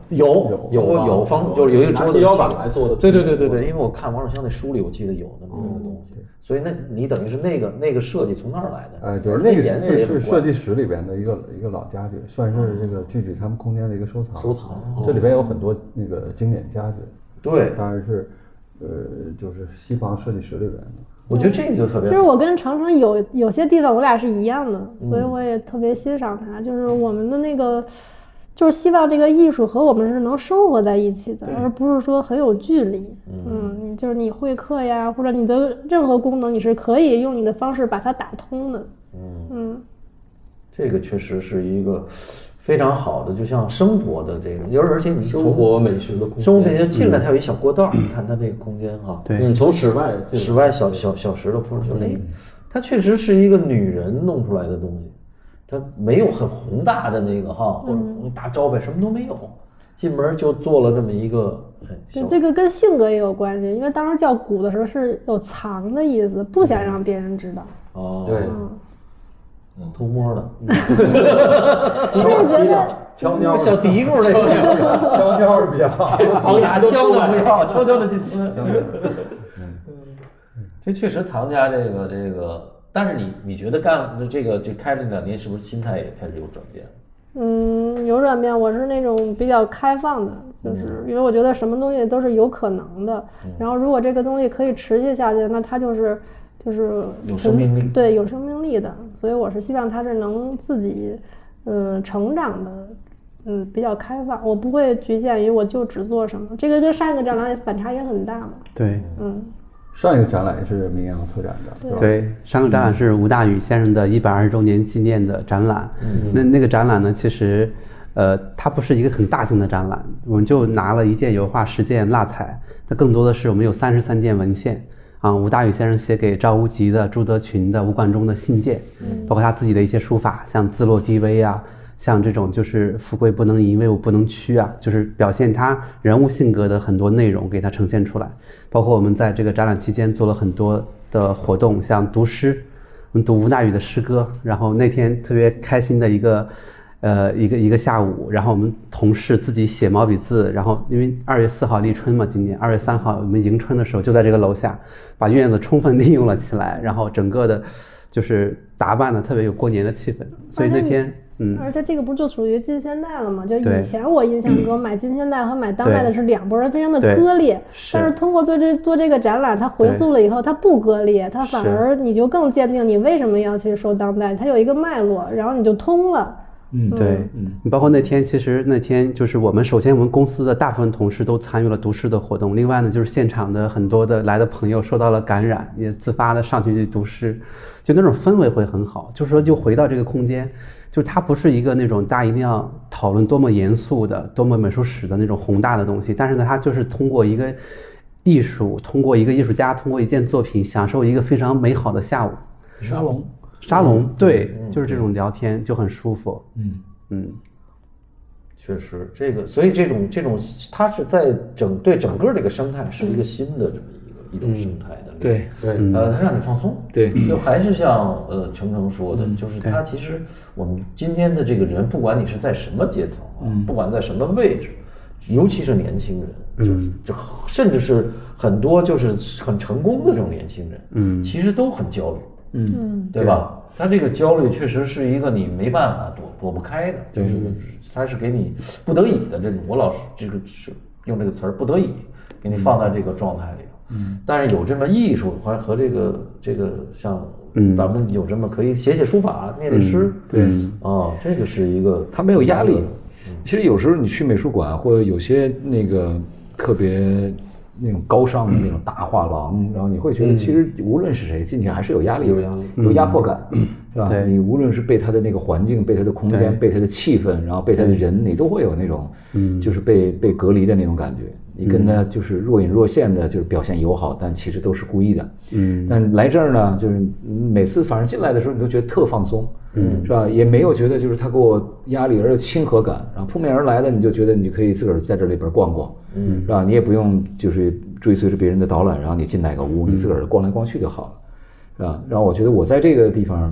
有有吧有方就是有一个拿桌子细胶板来做的对对对对对，因为我看王世襄那书里，我记得有那么一个东西，所以那你等于是那个那个设计从那儿来的， 哎，对， 而那个颜色也很怪是设计室里边的一个一个老家具，算是这个剧剧他们空间的一个收藏。 收藏这里边有很多那个经典家具， 对， 当然是呃，就是西方设计室里边的。 我觉得这个就特别好。 其实我跟程程有有些地方我俩是一样的，所以我也特别欣赏他。就是我们的那个，就是希望这个艺术和我们是能生活在一起的，而不是说很有距离。嗯，就是你会客呀，或者你的任何功能，你是可以用你的方式把它打通的。嗯嗯， 这个确实是一个非常好的，就像生活的这个，而而且你生活美学的空间， 生活美学进来，它有一小过道，你看它这个空间哈， 对， 嗯，从室外进来室外小小小石头铺就哎，它确实是一个女人弄出来的东西，它没有很宏大的那个哈，或者大招牌什么都没有，进门就做了这么一个哎对， 小这个跟性格也有关系，因为当时叫鼓的时候是有藏的意思，不想让别人知道。 哦， 对， 嗯， 偷摸的， 就是觉得悄悄小嘀咕这个， 悄悄是比较防打枪的不要，悄悄的进村。这确实藏家这个这个，但是你你觉得干这个这开了两年，是不是心态也开始有转变？ 嗯，有转变。我是那种比较开放的，就是因为我觉得什么东西都是有可能的。然后如果这个东西可以持续下去，那它就是就是有生命力。 对，有生命力的。所以我是希望它是能自己嗯成长的，嗯比较开放。我不会局限于我就只做什么。这个跟上一个展览反差也很大嘛。 对， 嗯。 上一个展览是明阳策展的，是吧？ 对，上个展览是吴大羽先生的一百二十周年纪念的展览。嗯、那那个展览呢，其实，呃，它不是一个很大型的展览，我们就拿了一件油画、十件蜡彩，它更多的是我们有三十三件文献啊，吴大羽先生写给赵无极的、朱德群的、吴冠中的信件，包括他自己的一些书法，像自落低微啊。像这种就是富贵不能移，威武不能屈啊，就是表现他人物性格的很多内容给他呈现出来。包括我们在这个展览期间做了很多的活动，像读诗，我们读吴大羽的诗歌。然后那天特别开心的一个，呃，一个一个下午，然后我们同事自己写毛笔字，然后因为二月四号立春嘛，今年二月三号我们迎春的时候就在这个楼下，把院子充分利用了起来，然后整个的，就是打扮的特别有过年的气氛。所以那天。嗯， 而且这个不就属于近现代了吗？就以前我印象中买近现代和买当代的是两拨人，非常的割裂。但是通过做这做这个展览，它回溯了以后，它不割裂，它反而你就更坚定你为什么要去收当代，它有一个脉络，然后你就通了。 嗯，对，嗯，包括那天，其实那天就是我们首先我们公司的大部分同事都参与了读诗的活动，另外呢就是现场的很多的来的朋友受到了感染，也自发的上去去读诗，就那种氛围会很好。就是说，就回到这个空间。就是它不是一个那种大家一定要讨论多么严肃的、多么美术史的那种宏大的东西，但是呢，它就是通过一个艺术，通过一个艺术家，通过一件作品，享受一个非常美好的下午。 沙龙， 沙龙，对，嗯、就是这种聊天就很舒服。 嗯嗯， 确实，这个，所以这种这种，它是在整对整个这个生态是一个新的这么一个、嗯、一种生态的。 对对，呃，它让你放松， 对， 就还是像呃程程说的，就是它其实我们今天的这个人，不管你是在什么阶层啊，不管在什么位置，尤其是年轻人，就是这甚至是很多就是很成功的这种年轻人，嗯，其实都很焦虑， 嗯， 对吧？他这个焦虑确实是一个你没办法躲躲不开的，就是他是给你不得已的这种，我老是这个是用这个词儿，不得已给你放在这个状态里。嗯，但是有这么艺术和和这个这个像，嗯，咱们有这么可以写写书法、念念诗， 对， 啊，这个是一个他没有压力。其实有时候你去美术馆或者有些那个特别那种高尚的那种大画廊，然后你会觉得其实无论是谁进去还是有压力， 有压力， 有压迫感，是吧？你无论是被他的那个环境、被他的空间、被他的气氛，然后被他的人，你都会有那种，就是被被隔离的那种感觉。你跟他就是若隐若现的，就是表现友好，但其实都是故意的。嗯，但来这儿呢，就是每次反正进来的时候，你都觉得特放松，嗯，是吧？也没有觉得就是他给我压力，而有亲和感。然后扑面而来的，你就觉得你可以自个儿在这里边逛逛，嗯，是吧？你也不用就是追随着别人的导览，然后你进哪个屋，你自个儿逛来逛去就好了，是吧？然后我觉得我在这个地方，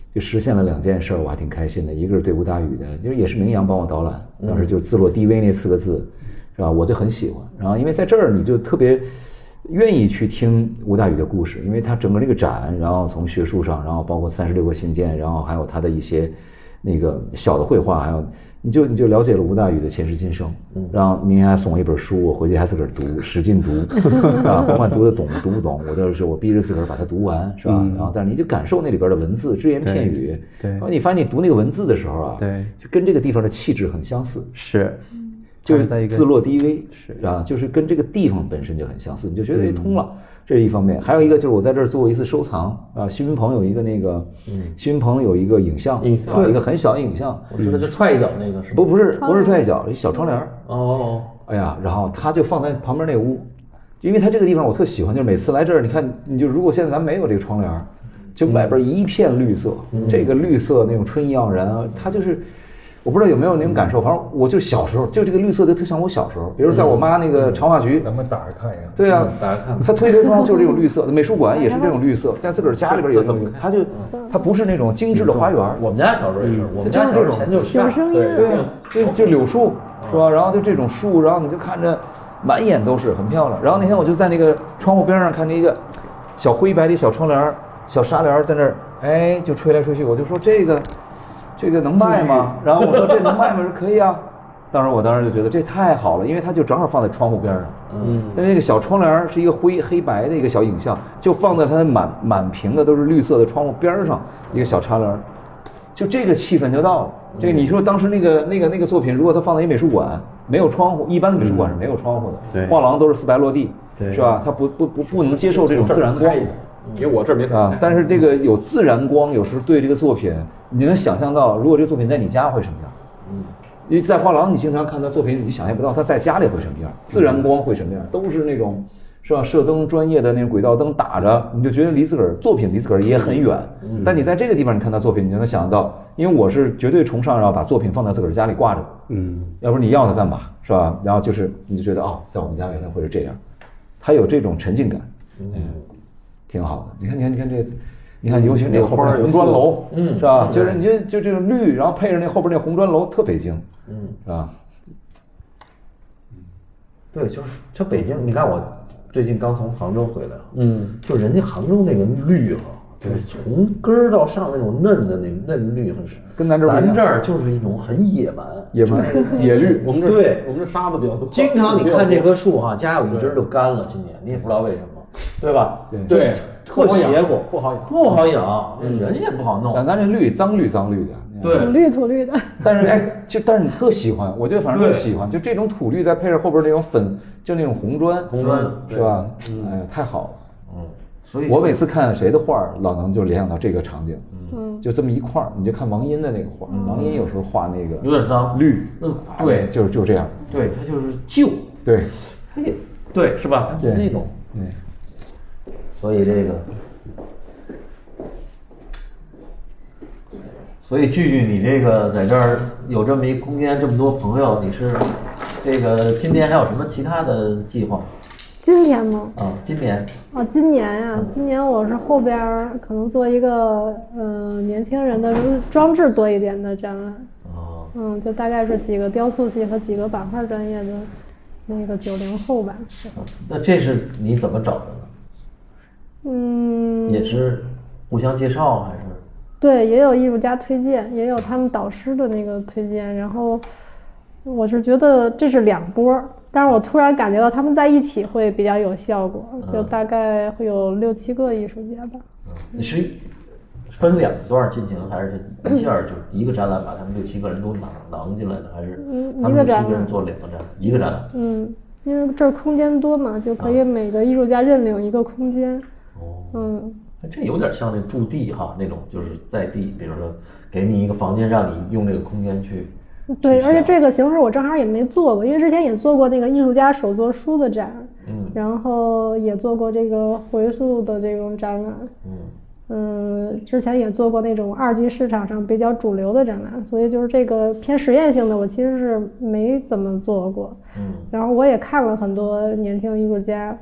就实现了两件事，我还挺开心的。一个是对吴大宇的，就是也是名扬帮我导览，当时就自落低微那四个字，是吧？我就很喜欢。然后因为在这儿你就特别愿意去听吴大宇的故事，因为他整个这个展，然后从学术上，然后包括三十六个信件，然后还有他的一些那个小的绘画，还有你就你就了解了吴大宇的前世今生。然后明天还送我一本书，我回去还自个儿读，使劲读啊，甭管读得懂读不懂，我就是我逼着自个儿把它读完，是吧？然后但是你就感受那里边的文字只言片语， 对， 然后你发现你读那个文字的时候啊， 对， 就跟这个地方的气质很相似， 是。 就是在一个自落低微是啊，就是跟这个地方本身就很相似，你就觉得哎通了，这是一方面。还有一个就是我在这儿做过一次收藏啊，新云棚有一个那个，新云棚有一个影像， 影像啊一个很小的影像， 我知道就踹一脚那个是不不是不是踹一脚，一小窗帘儿， 哦， 哎呀，然后他就放在旁边那屋，因为他这个地方我特喜欢，就是每次来这儿，你看你就如果现在咱没有这个窗帘儿，就外边一片绿色，这个绿色那种春意盎然啊，它就是。我不知道有没有那种感受，反正我就小时候就这个绿色就特像我小时候，比如在我妈那个长话局， 咱们打开看一看。 对啊， 大家看， 他推推窗就是这种绿色，美术馆也是这种绿色，在自个儿家里边也是这种，他就他不是那种精致的花园。 我们家小时候也是，我们家小时候前就是有声音， 对啊，就就柳树是吧？然后就这种树，然后你就看着满眼都是，很漂亮。然后那天我就在那个窗户边上看见一个小灰白的小窗帘、小纱帘在那儿，哎，就吹来吹去，我就说这个。这个能卖吗？然后我说这能卖吗？说可以啊。当时我当时就觉得这太好了，因为它就正好放在窗户边上。嗯，但那个小窗帘是一个灰黑白的一个小影像，就放在它的满满屏的都是绿色的窗户边上一个小插帘，就这个气氛就到了。这个你说当时那个那个那个作品，如果它放在一美术馆，没有窗户，一般的美术馆是没有窗户的， 对， 画廊都是四白落地， 对， 是吧？它不不不不能接受这种自然光。 因为我这儿没啊，但是这个有自然光，有时候对这个作品，你能想象到，如果这个作品在你家会什么样？嗯，因为在画廊你经常看到作品，你想象不到它在家里会什么样，自然光会什么样，都是那种是吧？射灯专业的那种轨道灯打着，你就觉得离自个儿作品离自个儿也很远。但你在这个地方你看到作品，你就能想到，因为我是绝对崇尚要把作品放在自个儿家里挂着，嗯，要不然你要它干嘛，是吧？然后就是你就觉得哦，在我们家原来会是这样，它有这种沉浸感，嗯。挺好的，你看，你看，你看这，你看，尤其是那后边红砖楼，嗯，是吧？就是你就就这个绿，然后配着那后边那红砖楼，特北京，嗯，是吧？ 对，就是这北京，你看我最近刚从杭州回来，嗯，就人家杭州那个绿哈，就是从根儿到上那种嫩的那嫩绿，很跟咱这儿咱这儿就是一种很野蛮， 野蛮野绿。 我们这对， 我们这沙子比较多， 经常你看这棵树哈，家有一枝就干了，今年你也不知道为什么。对吧？ 对， 特邪乎， 不好养， 不好养，人也不好弄。 咱咱这绿脏绿脏绿的， 对， 土绿土绿的。 但是哎，就但是你特喜欢，我觉得反正特喜欢，就这种土绿再配上后边那种粉，就那种红砖， 红砖是吧？哎呀，太好了。嗯，所以我每次看谁的画，老能就联想到这个场景。嗯，就这么一块儿，你就看王殷的那个画，王殷有时候画那个有点脏绿， 嗯， 对，就是就这样。 对，他就是旧， 对， 他也对，是吧？他是那种， 对。 所以这个，所以聚聚你这个在这儿有这么一空间，这么多朋友，你是这个今年还有什么其他的计划？ 今天吗？ 啊，今年。 哦，今年呀、啊，今年我是后边可能做一个呃年轻人的装置多一点的展览。哦。嗯，就大概是几个雕塑系和几个版画专业的那个九零后吧。 那这是你怎么找的呢？ 嗯， 也是互相介绍还是？ 对，也有艺术家推荐，也有他们导师的那个推荐。然后我是觉得这是两波，但是我突然感觉到他们在一起会比较有效果，就大概会有六七个艺术家吧。 嗯，你是分两段进行，还是一下就一个展览把他们六七个人都囊囊进来的，还是他们六七个人做两个展览？一个展览。 嗯，因为这儿空间多嘛，就可以每个艺术家认领一个空间。哦，嗯， 这有点像那驻地哈，那种就是在地，比如说给你一个房间，让你用这个空间去。 对，而且这个形式我正好也没做过，因为之前也做过那个艺术家手作书的展，嗯，然后也做过这个回溯的这种展览，嗯嗯，之前也做过那种二级市场上比较主流的展览，所以就是这个偏实验性的，我其实是没怎么做过，嗯，然后我也看了很多年轻艺术家。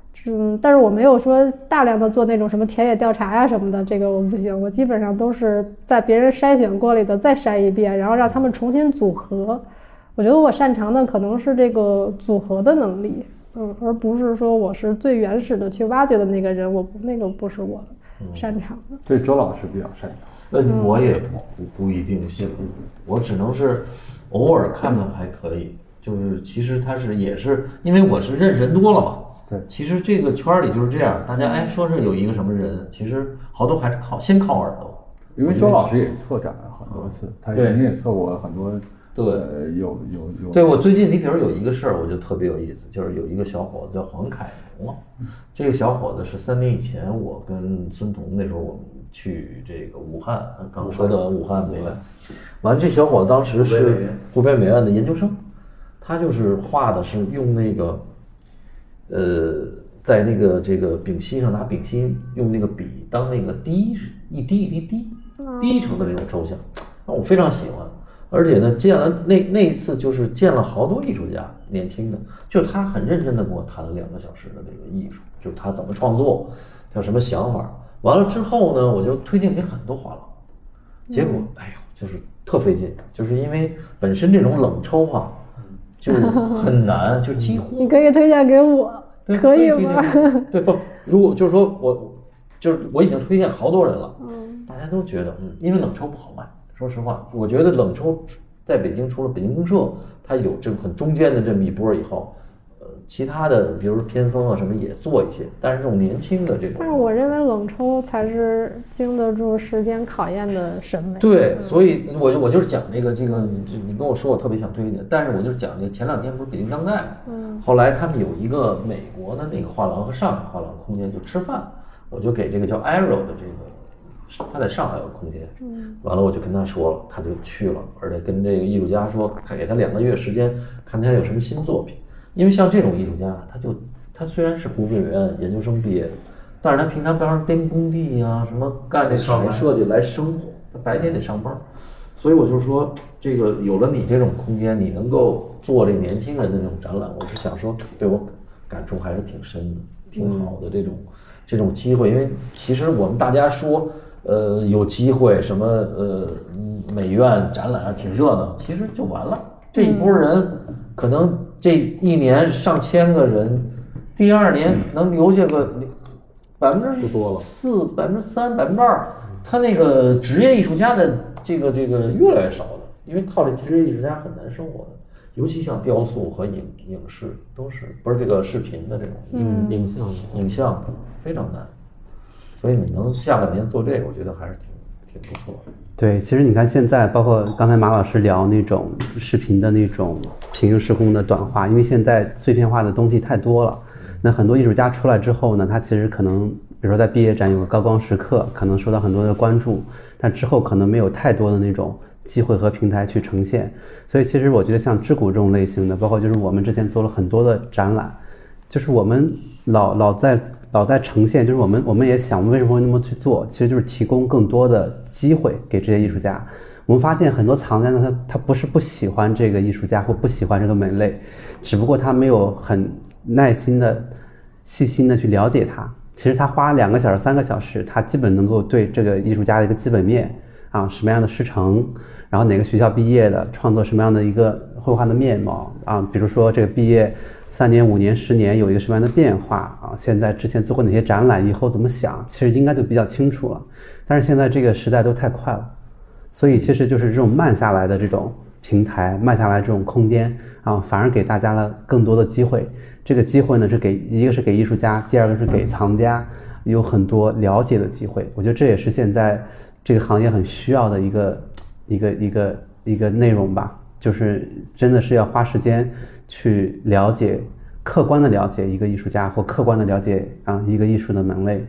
嗯，但是我没有说大量的做那种什么田野调查呀、什么的，这个我不行。我基本上都是在别人筛选过里的再筛一遍，然后让他们重新组合。我觉得我擅长的可能是这个组合的能力，嗯，而不是说我是最原始的去挖掘的那个人，我不那个不是我擅长的。 对，周老师比较擅长。 那我也不不一定信，我只能是偶尔看看还可以。就是其实他是也是因为我是认识人多了嘛。 对， 其实这个圈里就是这样，大家哎说是有一个什么人，其实好多还是靠先靠耳朵。 因为周老师也策展了很多次，他对您也策过很多。 对， 呃、有有有。 对，我最近你比如有一个事儿，我就特别有意思，就是有一个小伙子叫黄凯龙，这个小伙子是三年以前我跟孙彤那时候我们去这个武汉，刚说的武汉美院，完这小伙子当时是湖北美院的研究生，他就是画的是用那个。呃，在那个这个丙烯上拿丙烯用那个笔当那个滴一滴一滴滴滴成的这种抽象，我非常喜欢。而且呢，见了那那一次就是见了好多艺术家，年轻的，就他很认真的跟我谈了两个小时的这个艺术，就是他怎么创作，他有什么想法。完了之后呢，我就推荐给很多画廊，结果哎呦，就是特费劲，就是因为本身这种冷抽哈。就很难，就几乎你可以推荐给我，可以吗？ 对不？如果就是说我，就是我已经推荐好多人了，嗯，大家都觉得，嗯，因为冷抽不好卖。说实话，我觉得冷抽在北京除了北京公社，它有这个很中间的这么一波以后，呃，其他的比如说偏锋啊什么也做一些，但是这种年轻的这种， 但是我认为冷抽才是经得住时间考验的审美。 对，所以我我就是讲这个这个，你你跟我说我特别想推荐，但是我就是讲这个前两天不是北京当代嘛，嗯，后来他们有一个美国的那个画廊和上海画廊空间就吃饭，我就给这个叫 Arrow 的这个，他在上海有空间，嗯，完了我就跟他说了，他就去了，而且跟这个艺术家说，他给他两个月时间，看他有什么新作品。因为像这种艺术家，他就他虽然是湖北美院研究生毕业的，但是他平常边上盯工地呀、啊，什么干那室内设计来生活，他白天得上班，所以我就说，这个有了你这种空间，你能够做这年轻人的这种展览，我是想说，对我感触还是挺深的，挺好的这种、嗯、这种机会，因为其实我们大家说，呃，有机会什么呃美院展览挺热闹，其实就完了，这一波人可能。这一年上千个人，第二年能留下个百分之四、百分之三、百分之二，他那个职业艺术家的这个这个越来越少的，因为靠这职业艺术家很难生活的，尤其像雕塑和影影视都是不是这个视频的这种、 嗯、 影像影像非常难，所以你能下半年做这个，我觉得还是挺挺不错的。 对，其实你看现在，包括刚才马老师聊那种视频的那种平行时空的短化，因为现在碎片化的东西太多了，那很多艺术家出来之后呢，他其实可能，比如说在毕业展有个高光时刻，可能受到很多的关注，但之后可能没有太多的那种机会和平台去呈现。所以其实我觉得像知谷这种类型的，包括就是我们之前做了很多的展览，就是我们老老在。老在呈现，就是我们我们也想，我们为什么会那么去做？其实就是提供更多的机会给这些艺术家。我们发现很多藏家呢，他他不是不喜欢这个艺术家或不喜欢这个门类，只不过他没有很耐心的、细心的去了解他。其实他花两个小时、三个小时，他基本能够对这个艺术家的一个基本面啊，什么样的师承，然后哪个学校毕业的，创作什么样的一个绘画的面貌啊，比如说这个毕业。三年、五年、十年有一个什么样的变化啊？现在之前做过哪些展览，以后怎么想，其实应该就比较清楚了。但是现在这个时代都太快了，所以其实就是这种慢下来的这种平台，慢下来这种空间啊，反而给大家了更多的机会。这个机会呢，是给一个是给艺术家，第二个是给藏家有很多了解的机会。我觉得这也是现在这个行业很需要的一个一个一个一个内容吧，就是真的是要花时间。去了解，客观的了解一个艺术家，或客观的了解啊一个艺术的门类。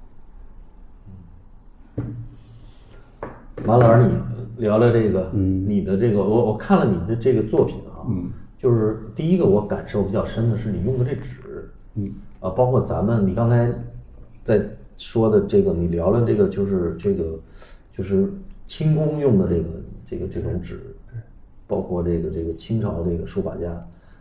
马老师，你聊聊这个，嗯，你的这个，我我看了你的这个作品啊，嗯，就是第一个我感受比较深的是你用的这纸，嗯，啊，包括咱们你刚才在说的这个，你聊了这个就是这个就是清宫用的这个这个这种纸，包括这个这个清朝这个书法家。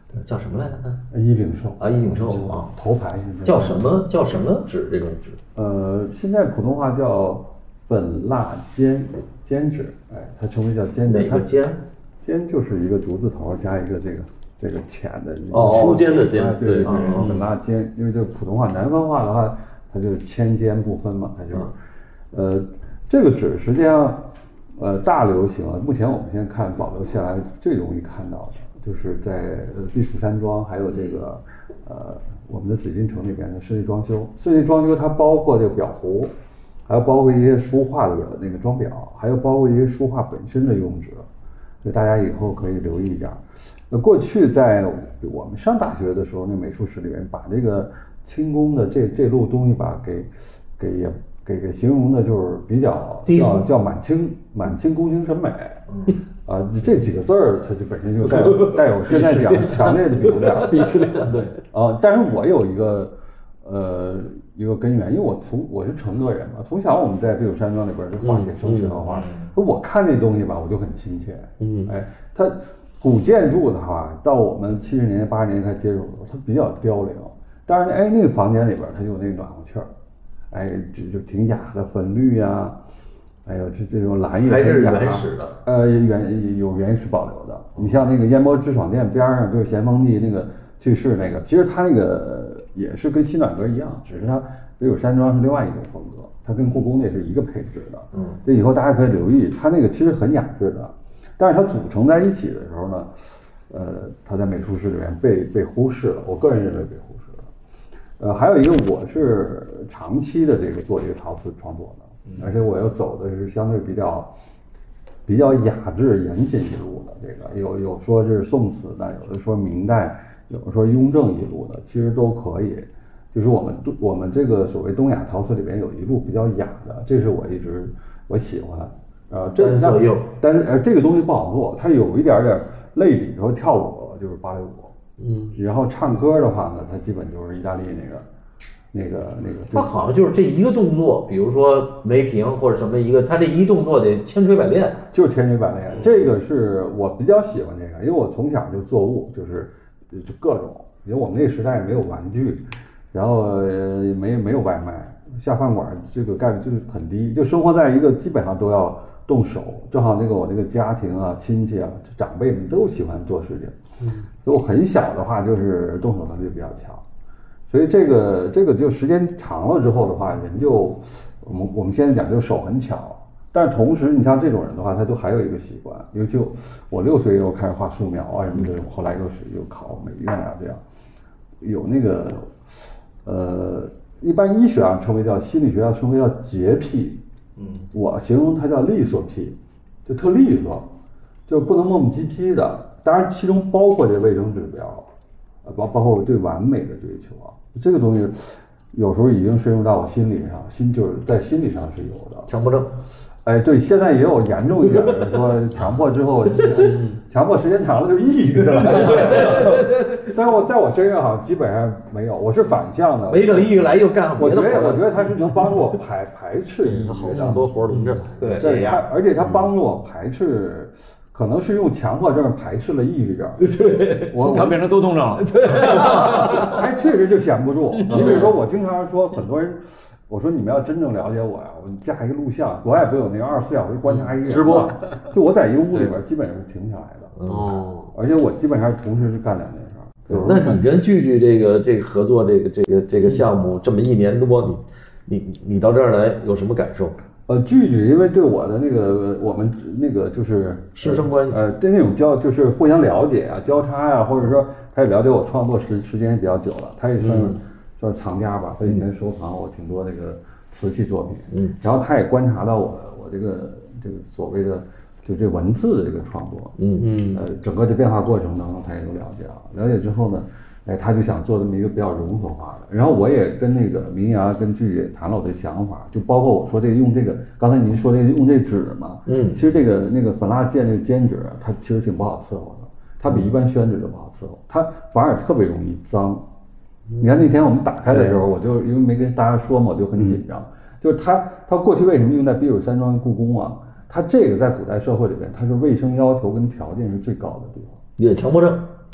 叫什么来着？ 一丙寿啊，一丙寿啊， 头牌叫什么？叫什么纸？这种纸？ 呃，现在普通话叫粉蜡笺笺纸，哎，它称为叫笺纸。 哪个笺？ 笺就是一个竹字头加一个这个这个浅的哦，书笺的笺， 哎、对对对， 哦、 粉蜡笺，因为这普通话南方话的话，它就是铅尖不分嘛，它就是，嗯、呃，这个纸实际上，呃，大流行啊。目前我们现在看保留下来最容易看到的，就是在呃避暑山庄，还有这个呃我们的紫禁城里边的室内装修。室内装修它包括这个裱糊，还有包括一些书画的那个装裱，还有包括一些书画本身的用纸。所以大家以后可以留意一点。那过去在我们上大学的时候，那美术史里面把这个清宫的这这路东西吧，给给也给给形容的就是比较叫叫满清满清宫廷审美。啊，这几个字儿它就本身就带有带有现在讲强烈的鄙视链， 鄙视链对。 啊，但是我有一个呃一个根源，因为我从我是承德人嘛，从小我们在避暑山庄里边就画写生学和画，所以我看这东西吧，我就很亲切。嗯，哎，它古建筑的话，到我们七十年代八十年代开始接触的时候，它比较凋零。当然，哎，那个房间里边它就有那个暖和气儿，哎，就就挺雅的粉绿呀、啊。还有这这种蓝也还是原始的， 呃，原有原始保留的。你像那个烟波直爽店边上，就是咸丰帝那个去世那个，其实他那个也是跟西暖阁一样，只是它避暑山庄是另外一种风格，它跟故宫那是一个配置的。嗯，这以后大家可以留意，它那个其实很雅致的，但是它组成在一起的时候呢，呃，它在美术史里面被被忽视了，我个人认为被忽视了。呃，还有一个，我是长期的这个做这个陶瓷创作的。而且我又走的是相对比较比较雅致严谨一路的，这个有有说是宋词的，有的说明代，有的说雍正一路的，其实都可以。就是我们我们这个所谓东亚陶瓷里边有一路比较雅的，这是我一直我喜欢。呃，这单色釉， 但是呃这个东西不好做，它有一点点类比说跳舞就是芭蕾舞，嗯，然后唱歌的话呢，它基本就是意大利那个。那个那个， 他好像就是这一个动作，比如说梅瓶或者什么一个，他这一动作得千锤百炼， 就是千锤百炼。这个是我比较喜欢这个，因为我从小就做物，就是就各种，因为我们那个时代没有玩具，然后呃没没有外卖，下饭馆这个概率就是很低，就生活在一个基本上都要动手，正好那个我那个家庭啊、亲戚啊、长辈们都喜欢做事情，嗯，所以我很小的话就是动手能力比较强。所以这个这个就时间长了之后的话，人就我们我们现在讲就手很巧，但是同时你像这种人的话，他就还有一个习惯，尤其我六岁又开始画素描啊什么的，后来又是又考美院啊这样，有那个呃一般医学上称为叫心理学上称为叫洁癖，嗯，我形容它叫利索癖，就特利索，就不能磨磨唧唧的，当然其中包括这卫生指标。包包括我对完美的追求啊，这个东西有时候已经深入到我心理上，心就是在心理上是有的强迫症。 哎，对，现在也有严重一点的说强迫之后，强迫时间长了就抑郁了。但是我在我身上好像基本上没有，我是反向的。 没等抑郁来又干了别的。 我觉得我觉得它是能帮助我排排斥抑郁的， 好多活轮着来。 对， 对它，而且它帮助我排斥。可能是用强迫症排斥了抑郁症， 对，我我变成多动症了， 对，哎，确实就闲不住。你比如说，我经常说，很多人，我说你们要真正了解我呀，我架一个录像，国外不有那个二十四小时观察一个人直播， 就我在一个屋里边基本上是停下来的， 哦， 而且我基本上同时是干两件事。 那你跟聚聚这个这个合作这个这个这个项目这么一年多，你你你到这儿来有什么感受？ 呃，聚聚因为对我的那个我们那个就是师生关系， 呃，对那种交就是互相了解啊、交叉呀、啊，或者说他也了解我创作时时间比较久了，他也算、嗯、算是藏家吧，他以前收藏我挺多那个瓷器作品，嗯，然后他也观察到我我这个这个所谓的就这文字的这个创作，嗯嗯，呃，整个这变化过程当中他也都了解了，了解之后呢。哎，他就想做这么一个比较融合化的，然后我也跟那个明牙跟聚也谈了我的想法，就包括我说这个用这个，刚才您说这个用这纸嘛，嗯，其实这个那个粉蜡笺这个笺纸，它其实挺不好伺候的，它比一般宣纸都不好伺候，它反而特别容易脏。你看那天我们打开的时候，我就因为没跟大家说嘛，我就很紧张，就是它它过去为什么用在避暑山庄、故宫啊？它这个在古代社会里边，它是卫生要求跟条件是最高的地方。 也强迫症。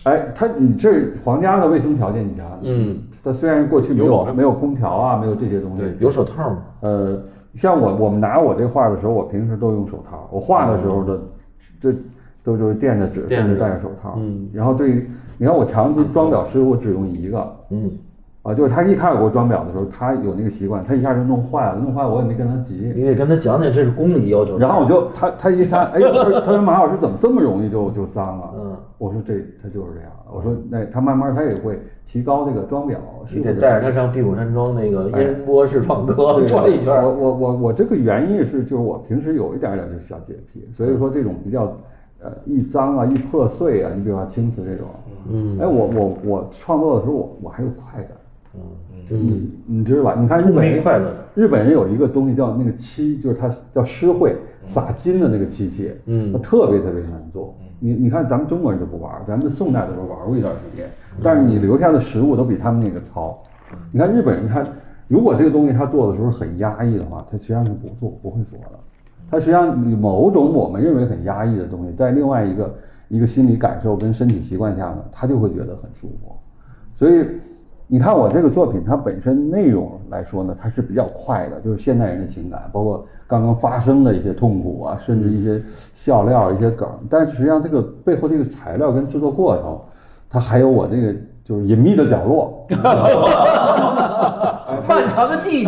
哎，它你这皇家的卫生条件，你想想， 嗯， 它虽然过去没有保障有没有空调啊，没有这些东西， 对， 有手套吗？ 呃，像我我们拿我这画的时候，我平时都用手套，我画的时候的这都就是垫着纸， 垫着甚至戴着手套。 嗯， 然后对于你看我长期装裱师，我只用一个， 嗯， 啊，就是他一开始给我装裱的时候，他有那个习惯，他一下就弄坏了，弄坏我也没跟他急， 你得跟他讲讲这是公理要求。 然后我就他他一看，哎，他说他说马老师怎么这么容易就就脏了？ 嗯， 我说这他就是这样，我说那他慢慢他也会提高这个装裱， 你得带着他上碧谷山庄那个烟波式创科转一圈。 我我我我这个原因是就是我平时有一点点就是小洁癖，所以说这种比较呃易脏啊易破碎啊，你比如说青瓷这种，嗯，哎我我我创作的时候我我还有快感。 嗯， 就你你知道吧？你看日本人快乐， 日本人有一个东西叫那个漆，就是它叫诗绘撒金的那个器械，嗯，它特别特别难做。你你看咱们中国人就不玩，咱们宋代的时候玩过一段时间，但是你留下的实物都比他们那个糙。你看日本人他如果这个东西他做的时候很压抑的话，他实际上是不做不会做的。他实际上你某种我们认为很压抑的东西，在另外一个一个心理感受跟身体习惯下呢，他就会觉得很舒服。所以你看我这个作品，它本身内容来说呢，它是比较快的，就是现代人的情感，包括刚刚发生的一些痛苦啊，甚至一些笑料、一些梗。但是实际上，这个背后这个材料跟制作过程，它还有我这个就是隐秘的角落， 漫长的季节，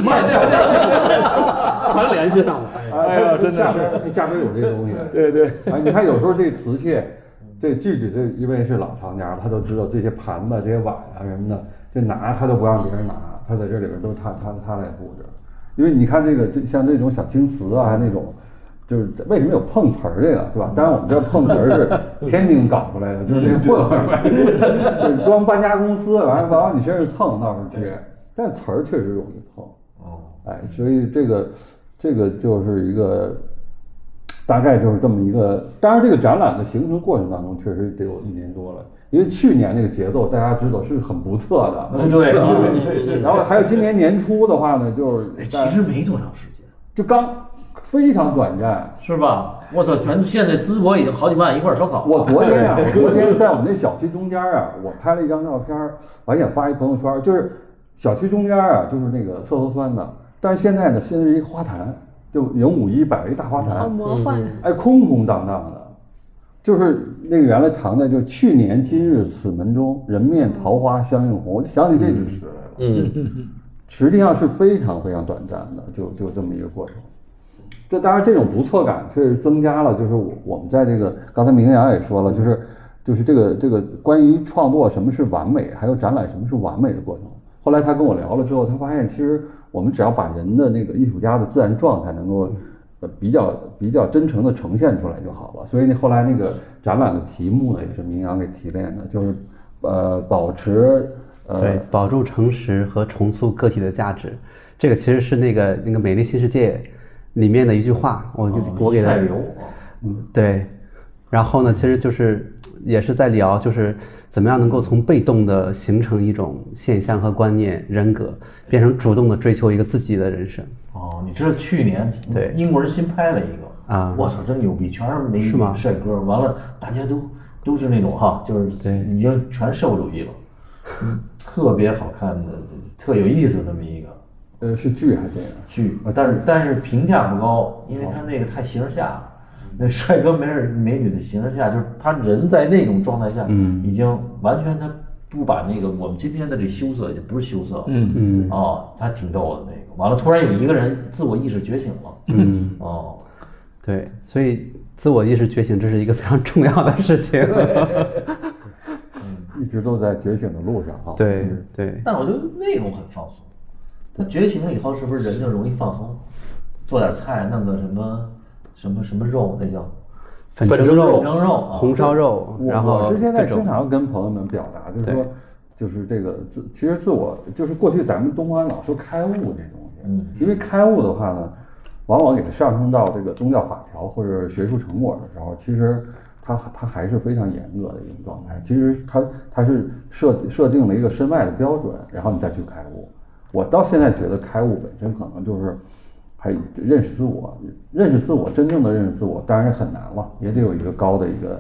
全联系上了。 哎呀，真的下边它下边有这个东西。对对，啊，你看有时候这瓷器，这句句这因为是老藏家，他都知道这些盘子、这些碗啊什么的。这拿他都不让别人拿，他在这里边都是他他他来布置，因为你看这个这像这种小青瓷啊那种，就是为什么有碰瓷儿这个是吧？当然我们这碰瓷儿是天津搞出来的，就是这个混混儿，就是光搬家公司完了往你身上蹭倒是去，但瓷儿确实容易碰。哦，哎，所以这个这个就是一个大概就是这么一个，当然这个展览的形成过程当中确实得有一年多了。因为去年那个节奏大家知道是很不测的， 对， 然后还有今年年初的话呢，就是其实没多长时间， 就刚非常短暂， 是吧？我操，全现在淄博已经好几万一块烧烤。 我昨天啊，我昨天在我们那小区中间啊，我拍了一张照片，我还想发一朋友圈，就是小区中间啊，就是那个测核酸的，但是现在呢，现在是一个花坛，就零五一摆了一大花坛， 好魔幻， 哎，空空荡荡的。就是那个原来唐代就去年今日此门中，人面桃花相映红，我就想起这句诗来了。嗯嗯嗯，实际上是非常非常短暂的，就就这么一个过程。这当然这种不错感确实增加了，就是我我们在这个刚才明阳也说了，就是就是这个这个关于创作什么是完美，还有展览什么是完美的过程。后来他跟我聊了之后，他发现其实我们只要把人的那个艺术家的自然状态能够。呃，比较比较真诚的呈现出来就好了。所以呢，后来那个展览的题目呢，也是明阳给提炼的，就是呃，保持呃， 对，保住诚实和重塑个体的价值。这个其实是那个那个《美丽新世界》里面的一句话，我、哦、我给他，嗯，对。然后呢，其实就是也是在聊，就是怎么样能够从被动的形成一种现象和观念、人格，变成主动的追求一个自己的人生。 哦，你知道去年对英国人新拍了一个啊，我操，真牛逼，全是美女帅哥，完了大家都都是那种哈，就是已经全社会主义了，嗯，特别好看的，特有意思的那么一个。 呃，是剧还是电影？ 剧，但是但是评价不高，因为他那个太形而下了。那帅哥美人美女的形而下，就是他人在那种状态下，嗯，已经完全他不把那个我们今天的这羞涩也不是羞涩，嗯嗯，哦，他挺逗的那个。完了，突然有一个人自我意识觉醒了，嗯，哦， 对，所以自我意识觉醒这是一个非常重要的事情， 嗯，一直都在觉醒的路上啊。 对对， 但我觉得内容很放松。他觉醒了以后，是不是人就容易放松？做点菜，弄个什么什么什么肉，那叫粉蒸肉、 粉蒸肉、 红烧肉。然后我是现在经常跟朋友们表达，就是说，就是这个自，其实自我就是过去咱们东方老说开悟这东西，嗯，因为开悟的话呢，往往给它上升到这个宗教法条或者学术成果的时候，其实它它还是非常严格的一种状态。其实它它是设设定了一个身外的标准，然后你再去开悟。我到现在觉得开悟本身可能就是还认识自我，认识自我，真正的认识自我当然很难了，也得有一个高的一个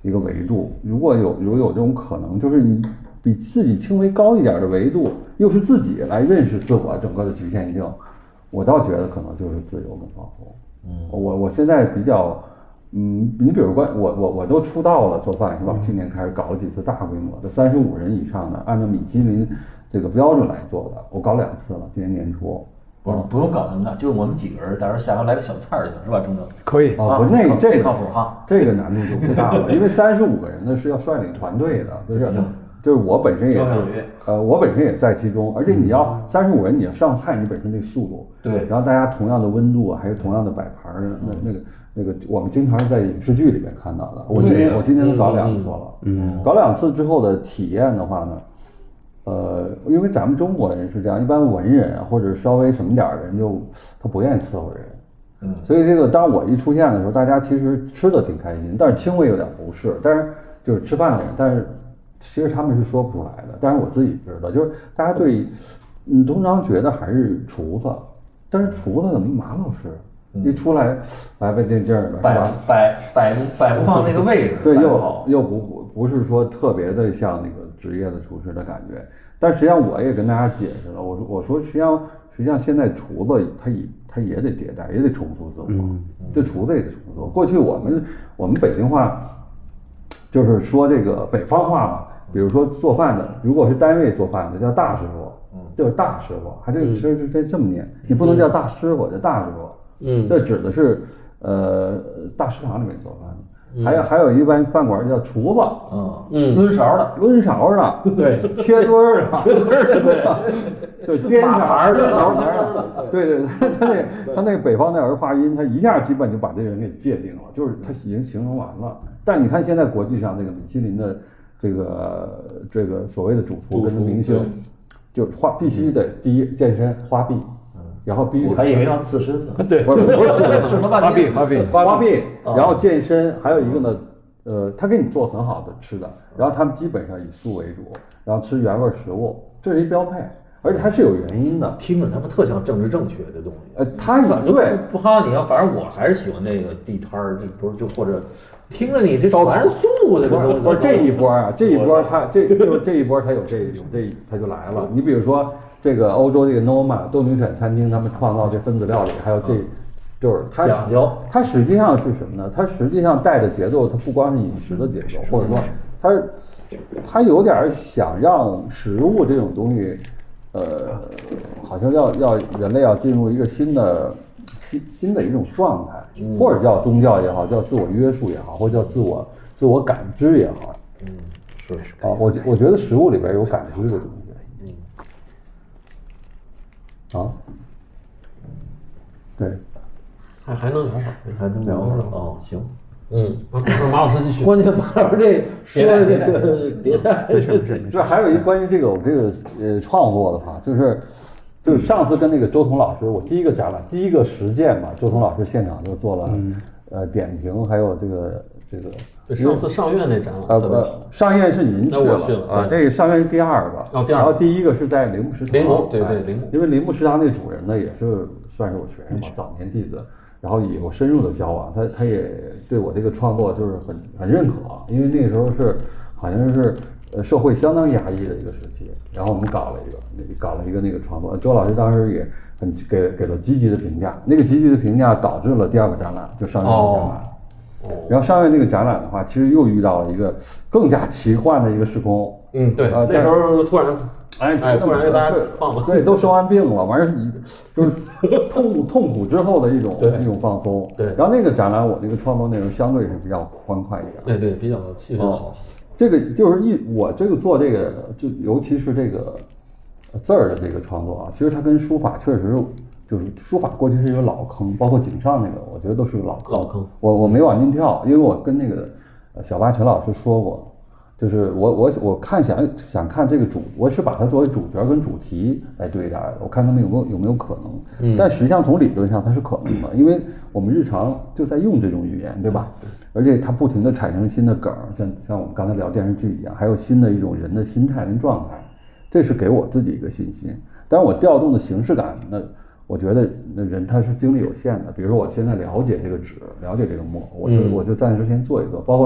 一个维度。如果有如果有这种可能，就是你比自己轻微高一点的维度，又是自己来认识自我整个的局限性，我倒觉得可能就是自由跟放松。嗯，我我现在比较，嗯，你比如关我我我都出道了做饭是吧？去年开始搞了几次大规模的三十五人以上的，按照米其林这个标准来做的，我搞两次了，今年年初。 不是不用搞那么大，就我们几个人，到时候下回来个小菜儿就行，是吧，郑总？ 可以啊，不，那这个靠谱哈， 这个难度就不大了，因为三十五个人呢是要率领团队的，就是就是我本身也是，呃，我本身也在其中，而且你要三十五人，你要上菜，你本身那速度， 对， 然后大家同样的温度，还有同样的摆盘儿，那那个那个，我们经常是在影视剧里面看到的。我今天我今天都搞两次了，嗯，搞两次之后的体验的话呢。呃，因为咱们中国人是这样，一般文人或者稍微什么点儿的人就他不愿意伺候人，嗯，所以这个当我一出现的时候，大家其实吃的挺开心，但是轻微有点不适，但是就是吃饭的人，但是其实他们是说不出来的，但是我自己知道，就是大家对，嗯，通常觉得还是厨子，但是厨子怎么马老师？一出来，来吧这劲儿了， 摆摆摆摆不放那个位置， 对，又又不不是说特别的像那个职业的厨师的感觉，但实际上我也跟大家解释了，我说我说实际上实际上现在厨子他也他也得迭代，也得重塑自我，嗯，这厨子也得重塑自我。过去我们我们北京话就是说这个北方话嘛，比如说做饭的，如果是单位做饭的叫大师傅，嗯，就是大师傅，还这个师是这这么念，你不能叫大师傅，叫大师傅。嗯，这指的是呃大食堂里面做饭的，嗯、还有还有一般饭馆叫厨子， 嗯嗯，抡勺的， 抡勺的， 对， 切墩儿的， 切墩儿的， 对，对，颠勺的，勺盘的，对对，他他那他那北方那儿化音，他一下基本就把这人给界定了，就是他已经形成完了。但你看现在国际上这个米其林的这个这个所谓的主厨跟明星，就是花必须得第一健身花臂。然后必须， 我还以为要刺身呢。 对， 不是不是刺身， 吃了半天。花臂，花臂，然后健身，还有一个呢，呃，他给你做很好的吃的，然后他们基本上以素为主，然后吃原味食物，这是一标配，而且它是有原因的。 听着他们特像政治正确这东西。 呃，他反正对不哈你要，反正我还是喜欢那个地摊儿，这不是就或者听着你这全素的这东西。 不是这一波啊，这一波他这就这一波他有这有这他就来了。你比如说。这个欧洲这个 Noma 斗牛犬餐厅，他们创造这分子料理，还有这，就是它讲究， 它实际上是什么呢？它实际上带的节奏，它不光是饮食的节奏，或者说它它有点想让食物这种东西，呃，好像要要人类要进入一个新的新新的一种状态，或者叫宗教也好，叫自我约束也好，或者叫自我自我感知也好， 嗯，是是啊，我我觉得食物里边有感知的东西。啊，对， 还还能聊会儿， 还能聊会儿哦，行， 嗯，马老师继续。 关键马老师这说的这个迭代是不是？ 这还有一关于这个我这个呃创作的话，就是就是上次跟那个周彤老师，我第一个展览第一个实践嘛，周彤老师现场就做了呃点评，还有这个这个。 对，上次上院那展览， 呃呃，上院是您去了啊，这个上院是第二个， 哦，第二， 然后第一个是在铃木食堂， 铃木，对对铃木， 因为铃木食堂那主人呢也是算是我学生嘛，早年弟子，然后也有深入的交往，他他也对我这个创作就是很很认可，因为那个时候是好像是呃社会相当压抑的一个时期，然后我们搞了一个搞了一个那个创作，周老师当时也很给给了积极的评价，那个积极的评价导致了第二个展览，就上院的展览。然后上院那个展览的话，其实又遇到了一个更加奇幻的一个时空。 嗯，对，呃、那时候突然， 哎哎，突然给大家放了， 对，都生完病了，完事儿就是痛痛苦之后的一种一种放松。 对， 然后那个展览，我那个创作内容相对是比较欢快一点。 对对，比较气氛好。 这个就是一我这个做这个，就尤其是这个字儿的这个创作啊，其实它跟书法确实。就是书法过去是一个老坑，包括井上那个，我觉得都是个老坑。 老坑， 我我没往进跳，因为我跟那个小八陈老师说过，就是我我我看想想看这个主，我是把它作为主角跟主题来对待的，我看他们有没有有没有可能。嗯，但实际上从理论上它是可能的，因为我们日常就在用这种语言，对吧？而且它不停地产生新的梗，像像我们刚才聊电视剧一样，还有新的一种人的心态跟状态，这是给我自己一个信心。但是我调动的形式感那。我觉得那人他是精力有限的，比如说我现在了解这个纸，了解这个墨，我就我就暂时先做一做。包括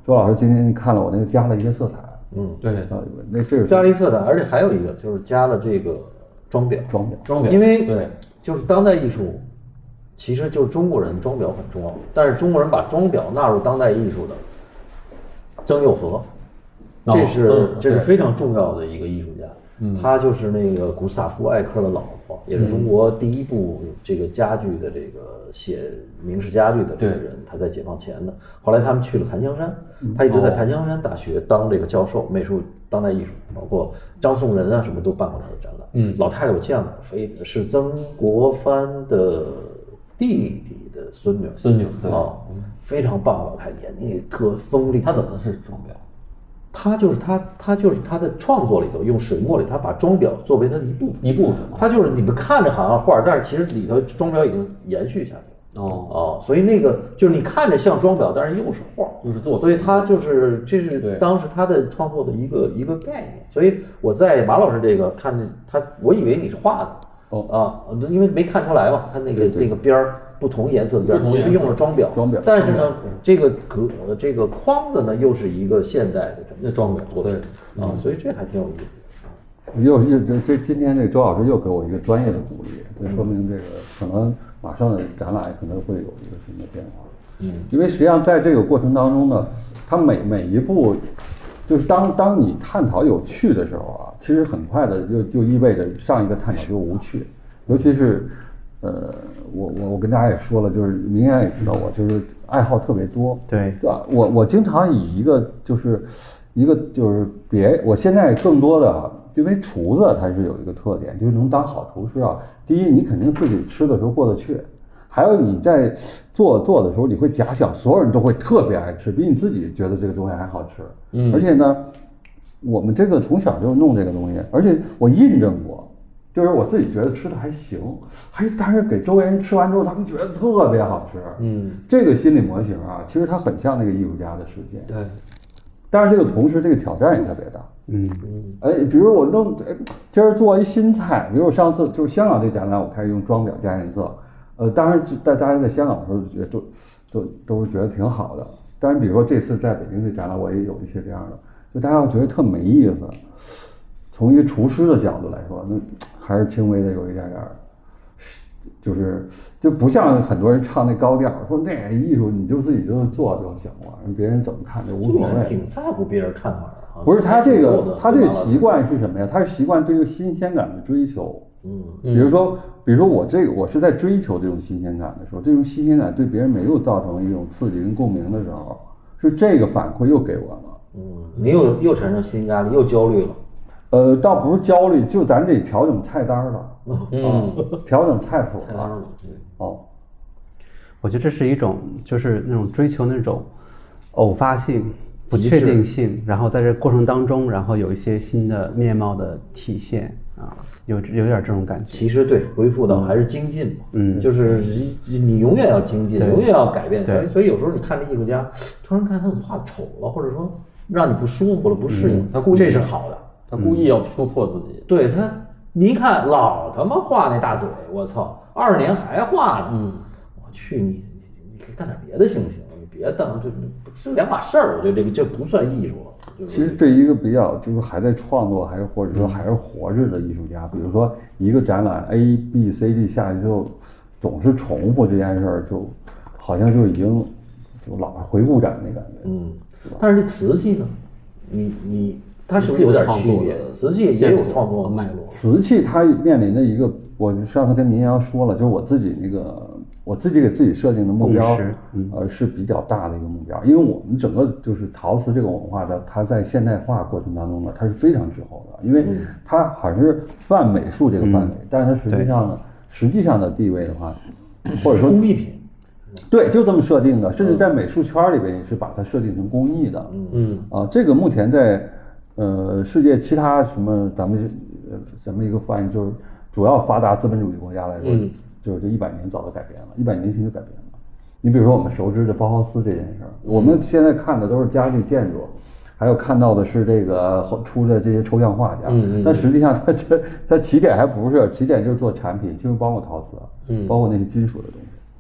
周老师今天看了我那个加了一些色彩， 嗯， 对， 呃，那这是加了一色彩，而且还有一个就是加了这个装裱， 装裱， 装裱， 因为对， 就是当代艺术，其实就是中国人装裱很重要，但是中国人把装裱纳入当代艺术的曾佑和，这是、 哦、 这是非常重要的一个艺术家。嗯，他就是那个古斯塔夫艾克的老婆，也是中国第一部这个家具的这个写明式家具的这个人，他在解放前的。后来他们去了檀香山，他一直在檀香山大学当这个教授，美术当代艺术，包括张颂仁啊什么都办过他的展览。嗯，老太太我见过，非是曾国藩的弟弟的孙女， 孙女对啊，非常棒老太太，眼睛也特锋利。 他怎么是装裱？ 他就是他，他就是他的创作里头用水墨里，他把装裱作为他的一部分， 一部分。 他就是你们看着好像画，但是其实里头装裱已经延续下去了。 哦哦，所以那个就是你看着像装裱，但是又是画， 又是作品。 所以他就是这是当时他的创作的一个一个概念。所以我在马老师这个看着他，我以为你是画的。哦啊，因为没看出来嘛，他那个那个边儿不同颜色的边儿，其实用了装裱， 装裱。 但是呢，这个格这个框子呢，又是一个现代的那装裱作品啊，所以这还挺有意思。 又又这这今天这周老师又给我一个专业的鼓励，这说明这个可能马上的展览可能会有一个新的变化。嗯，因为实际上在这个过程当中呢，它每每一步。就是当当你探讨有趣的时候啊，其实很快的就就意味着上一个探讨就无趣，尤其是，呃，我我我跟大家也说了，就是明眼也知道我就是爱好特别多， 对对吧？我我经常以一个就是一个就是别，我现在更多的因为厨子他是有一个特点，就是能当好厨师啊。第一，你肯定自己吃的时候过得去。还有你在做做的时候，你会假想所有人都会特别爱吃，比你自己觉得这个东西还好吃。嗯，而且呢，我们这个从小就弄这个东西，而且我印证过，就是我自己觉得吃的还行，还但是给周围人吃完之后，他们觉得特别好吃。嗯，这个心理模型啊，其实它很像那个艺术家的世界。 对， 但是这个同时，这个挑战也特别大。嗯嗯，哎，比如我弄今儿做一新菜，比如我上次就是香港这展览，我开始用装裱加颜色。呃，当然，大家在香港的时候觉得都都都是觉得挺好的。当然，比如说这次在北京这展览，我也有一些这样的，就大家觉得特没意思。从一个厨师的角度来说，那还是轻微的有一点点，就是就不像很多人唱那高调，说那个艺术你就自己就做就行了，别人怎么看就无所谓。 挺在乎别人看法的。 不是他这个，他这个习惯是什么呀？他是习惯对一个新鲜感的追求。嗯，比如说，比如说我这个，我是在追求这种新鲜感的时候，这种新鲜感对别人没有造成一种刺激跟共鸣的时候，是这个反馈又给我了。 嗯，你又又产生新压力，又焦虑了。 呃，倒不是焦虑，就咱得调整菜单了。嗯，调整菜谱了。哦， 我觉得这是一种，就是那种追求那种偶发性。不确定性，然后在这过程当中，然后有一些新的面貌的体现啊，有有点这种感觉。 其实对，恢复到还是精进嘛，嗯，就是你永远要精进，永远要改变。所以所以有时候你看这艺术家，突然看他怎么画的丑了，或者说让你不舒服了、不适应， 他故意这是好的， 他故意要突破自己。 对他，你一看老他妈画那大嘴，我操，二十年还画呢，嗯，我去你你干点别的行不行？别当这这两码事儿，我觉得这个这不算艺术了。就是、 其实对一个比较就是还在创作，还是或者说还是活着的艺术家，比如说一个展览 A B C D 下去之后，总是重复这件事儿，就好像就已经就老是回顾展那感觉。 嗯，但是这瓷器呢，你你它是不是有点区别？瓷器也有创作的脉络。 瓷器它面临的一个，我上次跟民谣说了，就是我自己那个。我自己给自己设定的目标，呃，是比较大的一个目标，因为我们整个就是陶瓷这个文化的，它在现代化过程当中呢，它是非常滞后的，因为它好像是泛美术这个范围，嗯、但是它实际上呢，实际上的地位的话，或者说工艺品， 对，就这么设定的，甚至在美术圈里边也是把它设定成工艺的，嗯啊，这个目前在呃世界其他什么咱们呃咱们一个翻译就是。主要发达资本主义国家来说，嗯、就是这一百年早就改变了，一百年前就改变了。你比如说我们熟知的包豪斯这件事儿，嗯、我们现在看的都是家具建筑，还有看到的是这个出的这些抽象画家，嗯嗯、但实际上它这它起点还不是起点，就是做产品，其实包括陶瓷，嗯，包括那些金属的东西。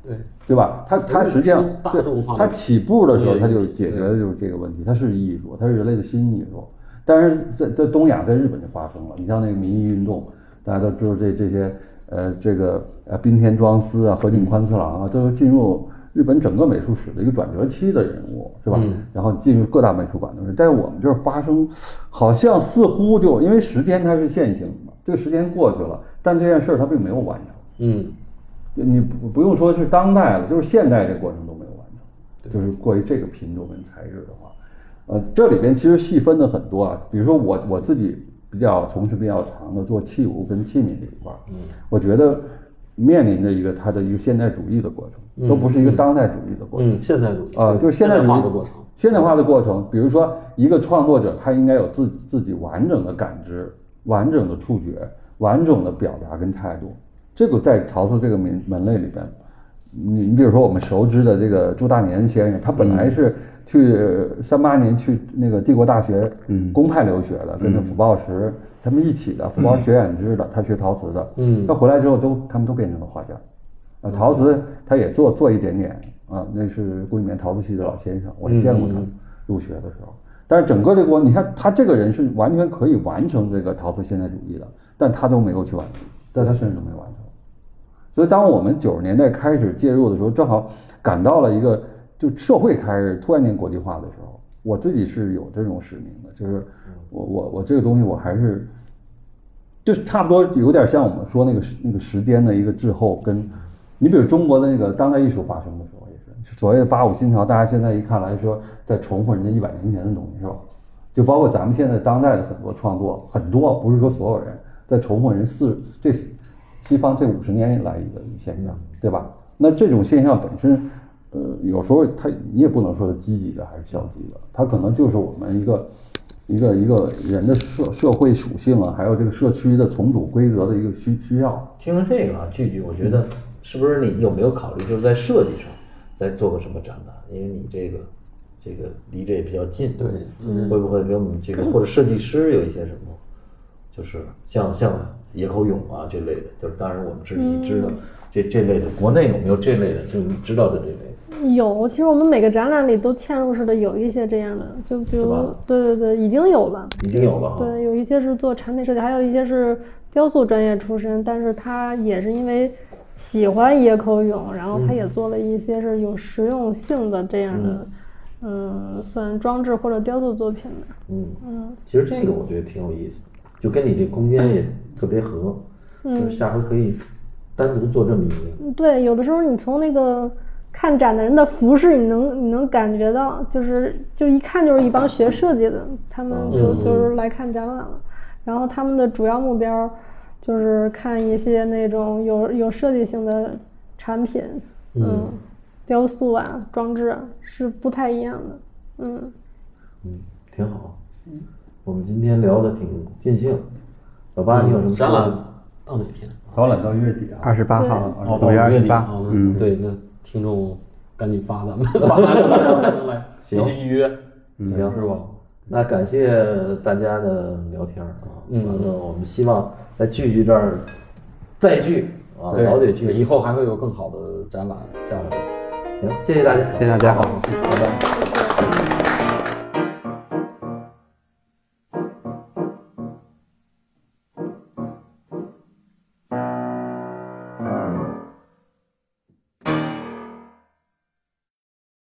对对吧？它它实际上对大众化的它起步的时候， 对它就解决的就是这个问题，它是艺术，它是人类的新艺术。但是在在东亚，在日本就发生了。你像那个民意运动，大家都知道这这些呃这个呃滨田庄司啊、河井宽次郎啊，都是进入日本整个美术史的一个转折期的人物，是吧？ 嗯、 然后进入各大美术馆都是。但是我们这儿发生，好像似乎就因为时间它是线性的嘛，这个时间过去了，但这件事儿它并没有完成。 嗯， 你不不用说是当代了，就是现代这过程都没有完成。就是关于这个品种跟材质的话。呃，这里边其实细分的很多啊，比如说我我自己比较从事比较长的做器物跟器皿这一块，嗯，我觉得面临着一个它的一个现代主义的过程，都不是一个当代主义的过程， 嗯，现代主义啊，就是现代主义化的过程， 现代化的过程。比如说一个创作者，他应该有自自己完整的感知、完整的触觉、完整的表达跟态度，这个在陶瓷这个门门类里边。你你比如说我们熟知的这个朱大年先生，他本来是去三八年去那个帝国大学公派留学的，跟着傅抱石他们一起的，傅抱石学演织的，他学陶瓷的，嗯，他回来之后都他们都变成了画家，啊，陶瓷他也做做一点点啊，那是顾里面陶瓷系的老先生，我也见过他入学的时候，但是整个这个你看他这个人是完全可以完成这个陶瓷现代主义的，但他都没有去完成，在他身上都没完成。所以，当我们九十年代开始介入的时候，正好赶到了一个就社会开始突然间国际化的时候，我自己是有这种使命的，就是我我我这个东西我还是就是差不多有点像我们说那个那个时间的一个滞后，跟你比如中国的那个当代艺术发生的时候也是所谓的八五新潮，大家现在一看来说在重复人家一百年前的东西是吧？就包括咱们现在当代的很多创作，很多不是说所有人在重复人四这。西方这五十年以来一个现象，对吧？那这种现象本身，呃，有时候它你也不能说是积极的还是消极的，它可能就是我们一个一个一个人的社社会属性啊，还有这个社区的从主规则的一个需需要。 听了这个啊，句句，我觉得是不是你有没有考虑，就是在设计上再做个什么展览？因为你这个这个离这也比较近， 对， 嗯，会不会给我们这个或者设计师有一些什么，就是像像。野口勇啊这类的，就是当然我们知你知道、嗯、这这类的，国内有没有这类的？就是你知道的这类的。 有，其实我们每个展览里都嵌入式的有一些这样的，就比如对对对，已经有了， 已经有了。 对，有一些是做产品设计，还有一些是雕塑专业出身，但是他也是因为喜欢野口勇，然后他也做了一些是有实用性的这样的，嗯，嗯算装置或者雕塑作品的。嗯嗯，其实这个我觉得挺有意思的。就跟你这空间也特别合，嗯、就是下回可以单独做这么一个。 对，有的时候你从那个看展的人的服饰，你能你能感觉到，就是就一看就是一帮学设计的，他们就、嗯、就是来看展览了。然后他们的主要目标就是看一些那种有有设计性的产品，嗯，嗯雕塑啊、装置啊是不太一样的，嗯嗯，挺好。嗯。我们今天聊的挺尽兴，老八，你有什么展览到哪天？ 展览到月底啊， 二十八号， 五月二十八。 嗯，对，那听众赶紧发咱们，发咱们才能来继续预约， 行是吧？ 那感谢大家的聊天啊，嗯，完了，我们希望在聚聚这儿再聚啊，老得聚， 以后还会有更好的展览下来。 行，谢谢大家， 谢谢大家，好， 拜拜。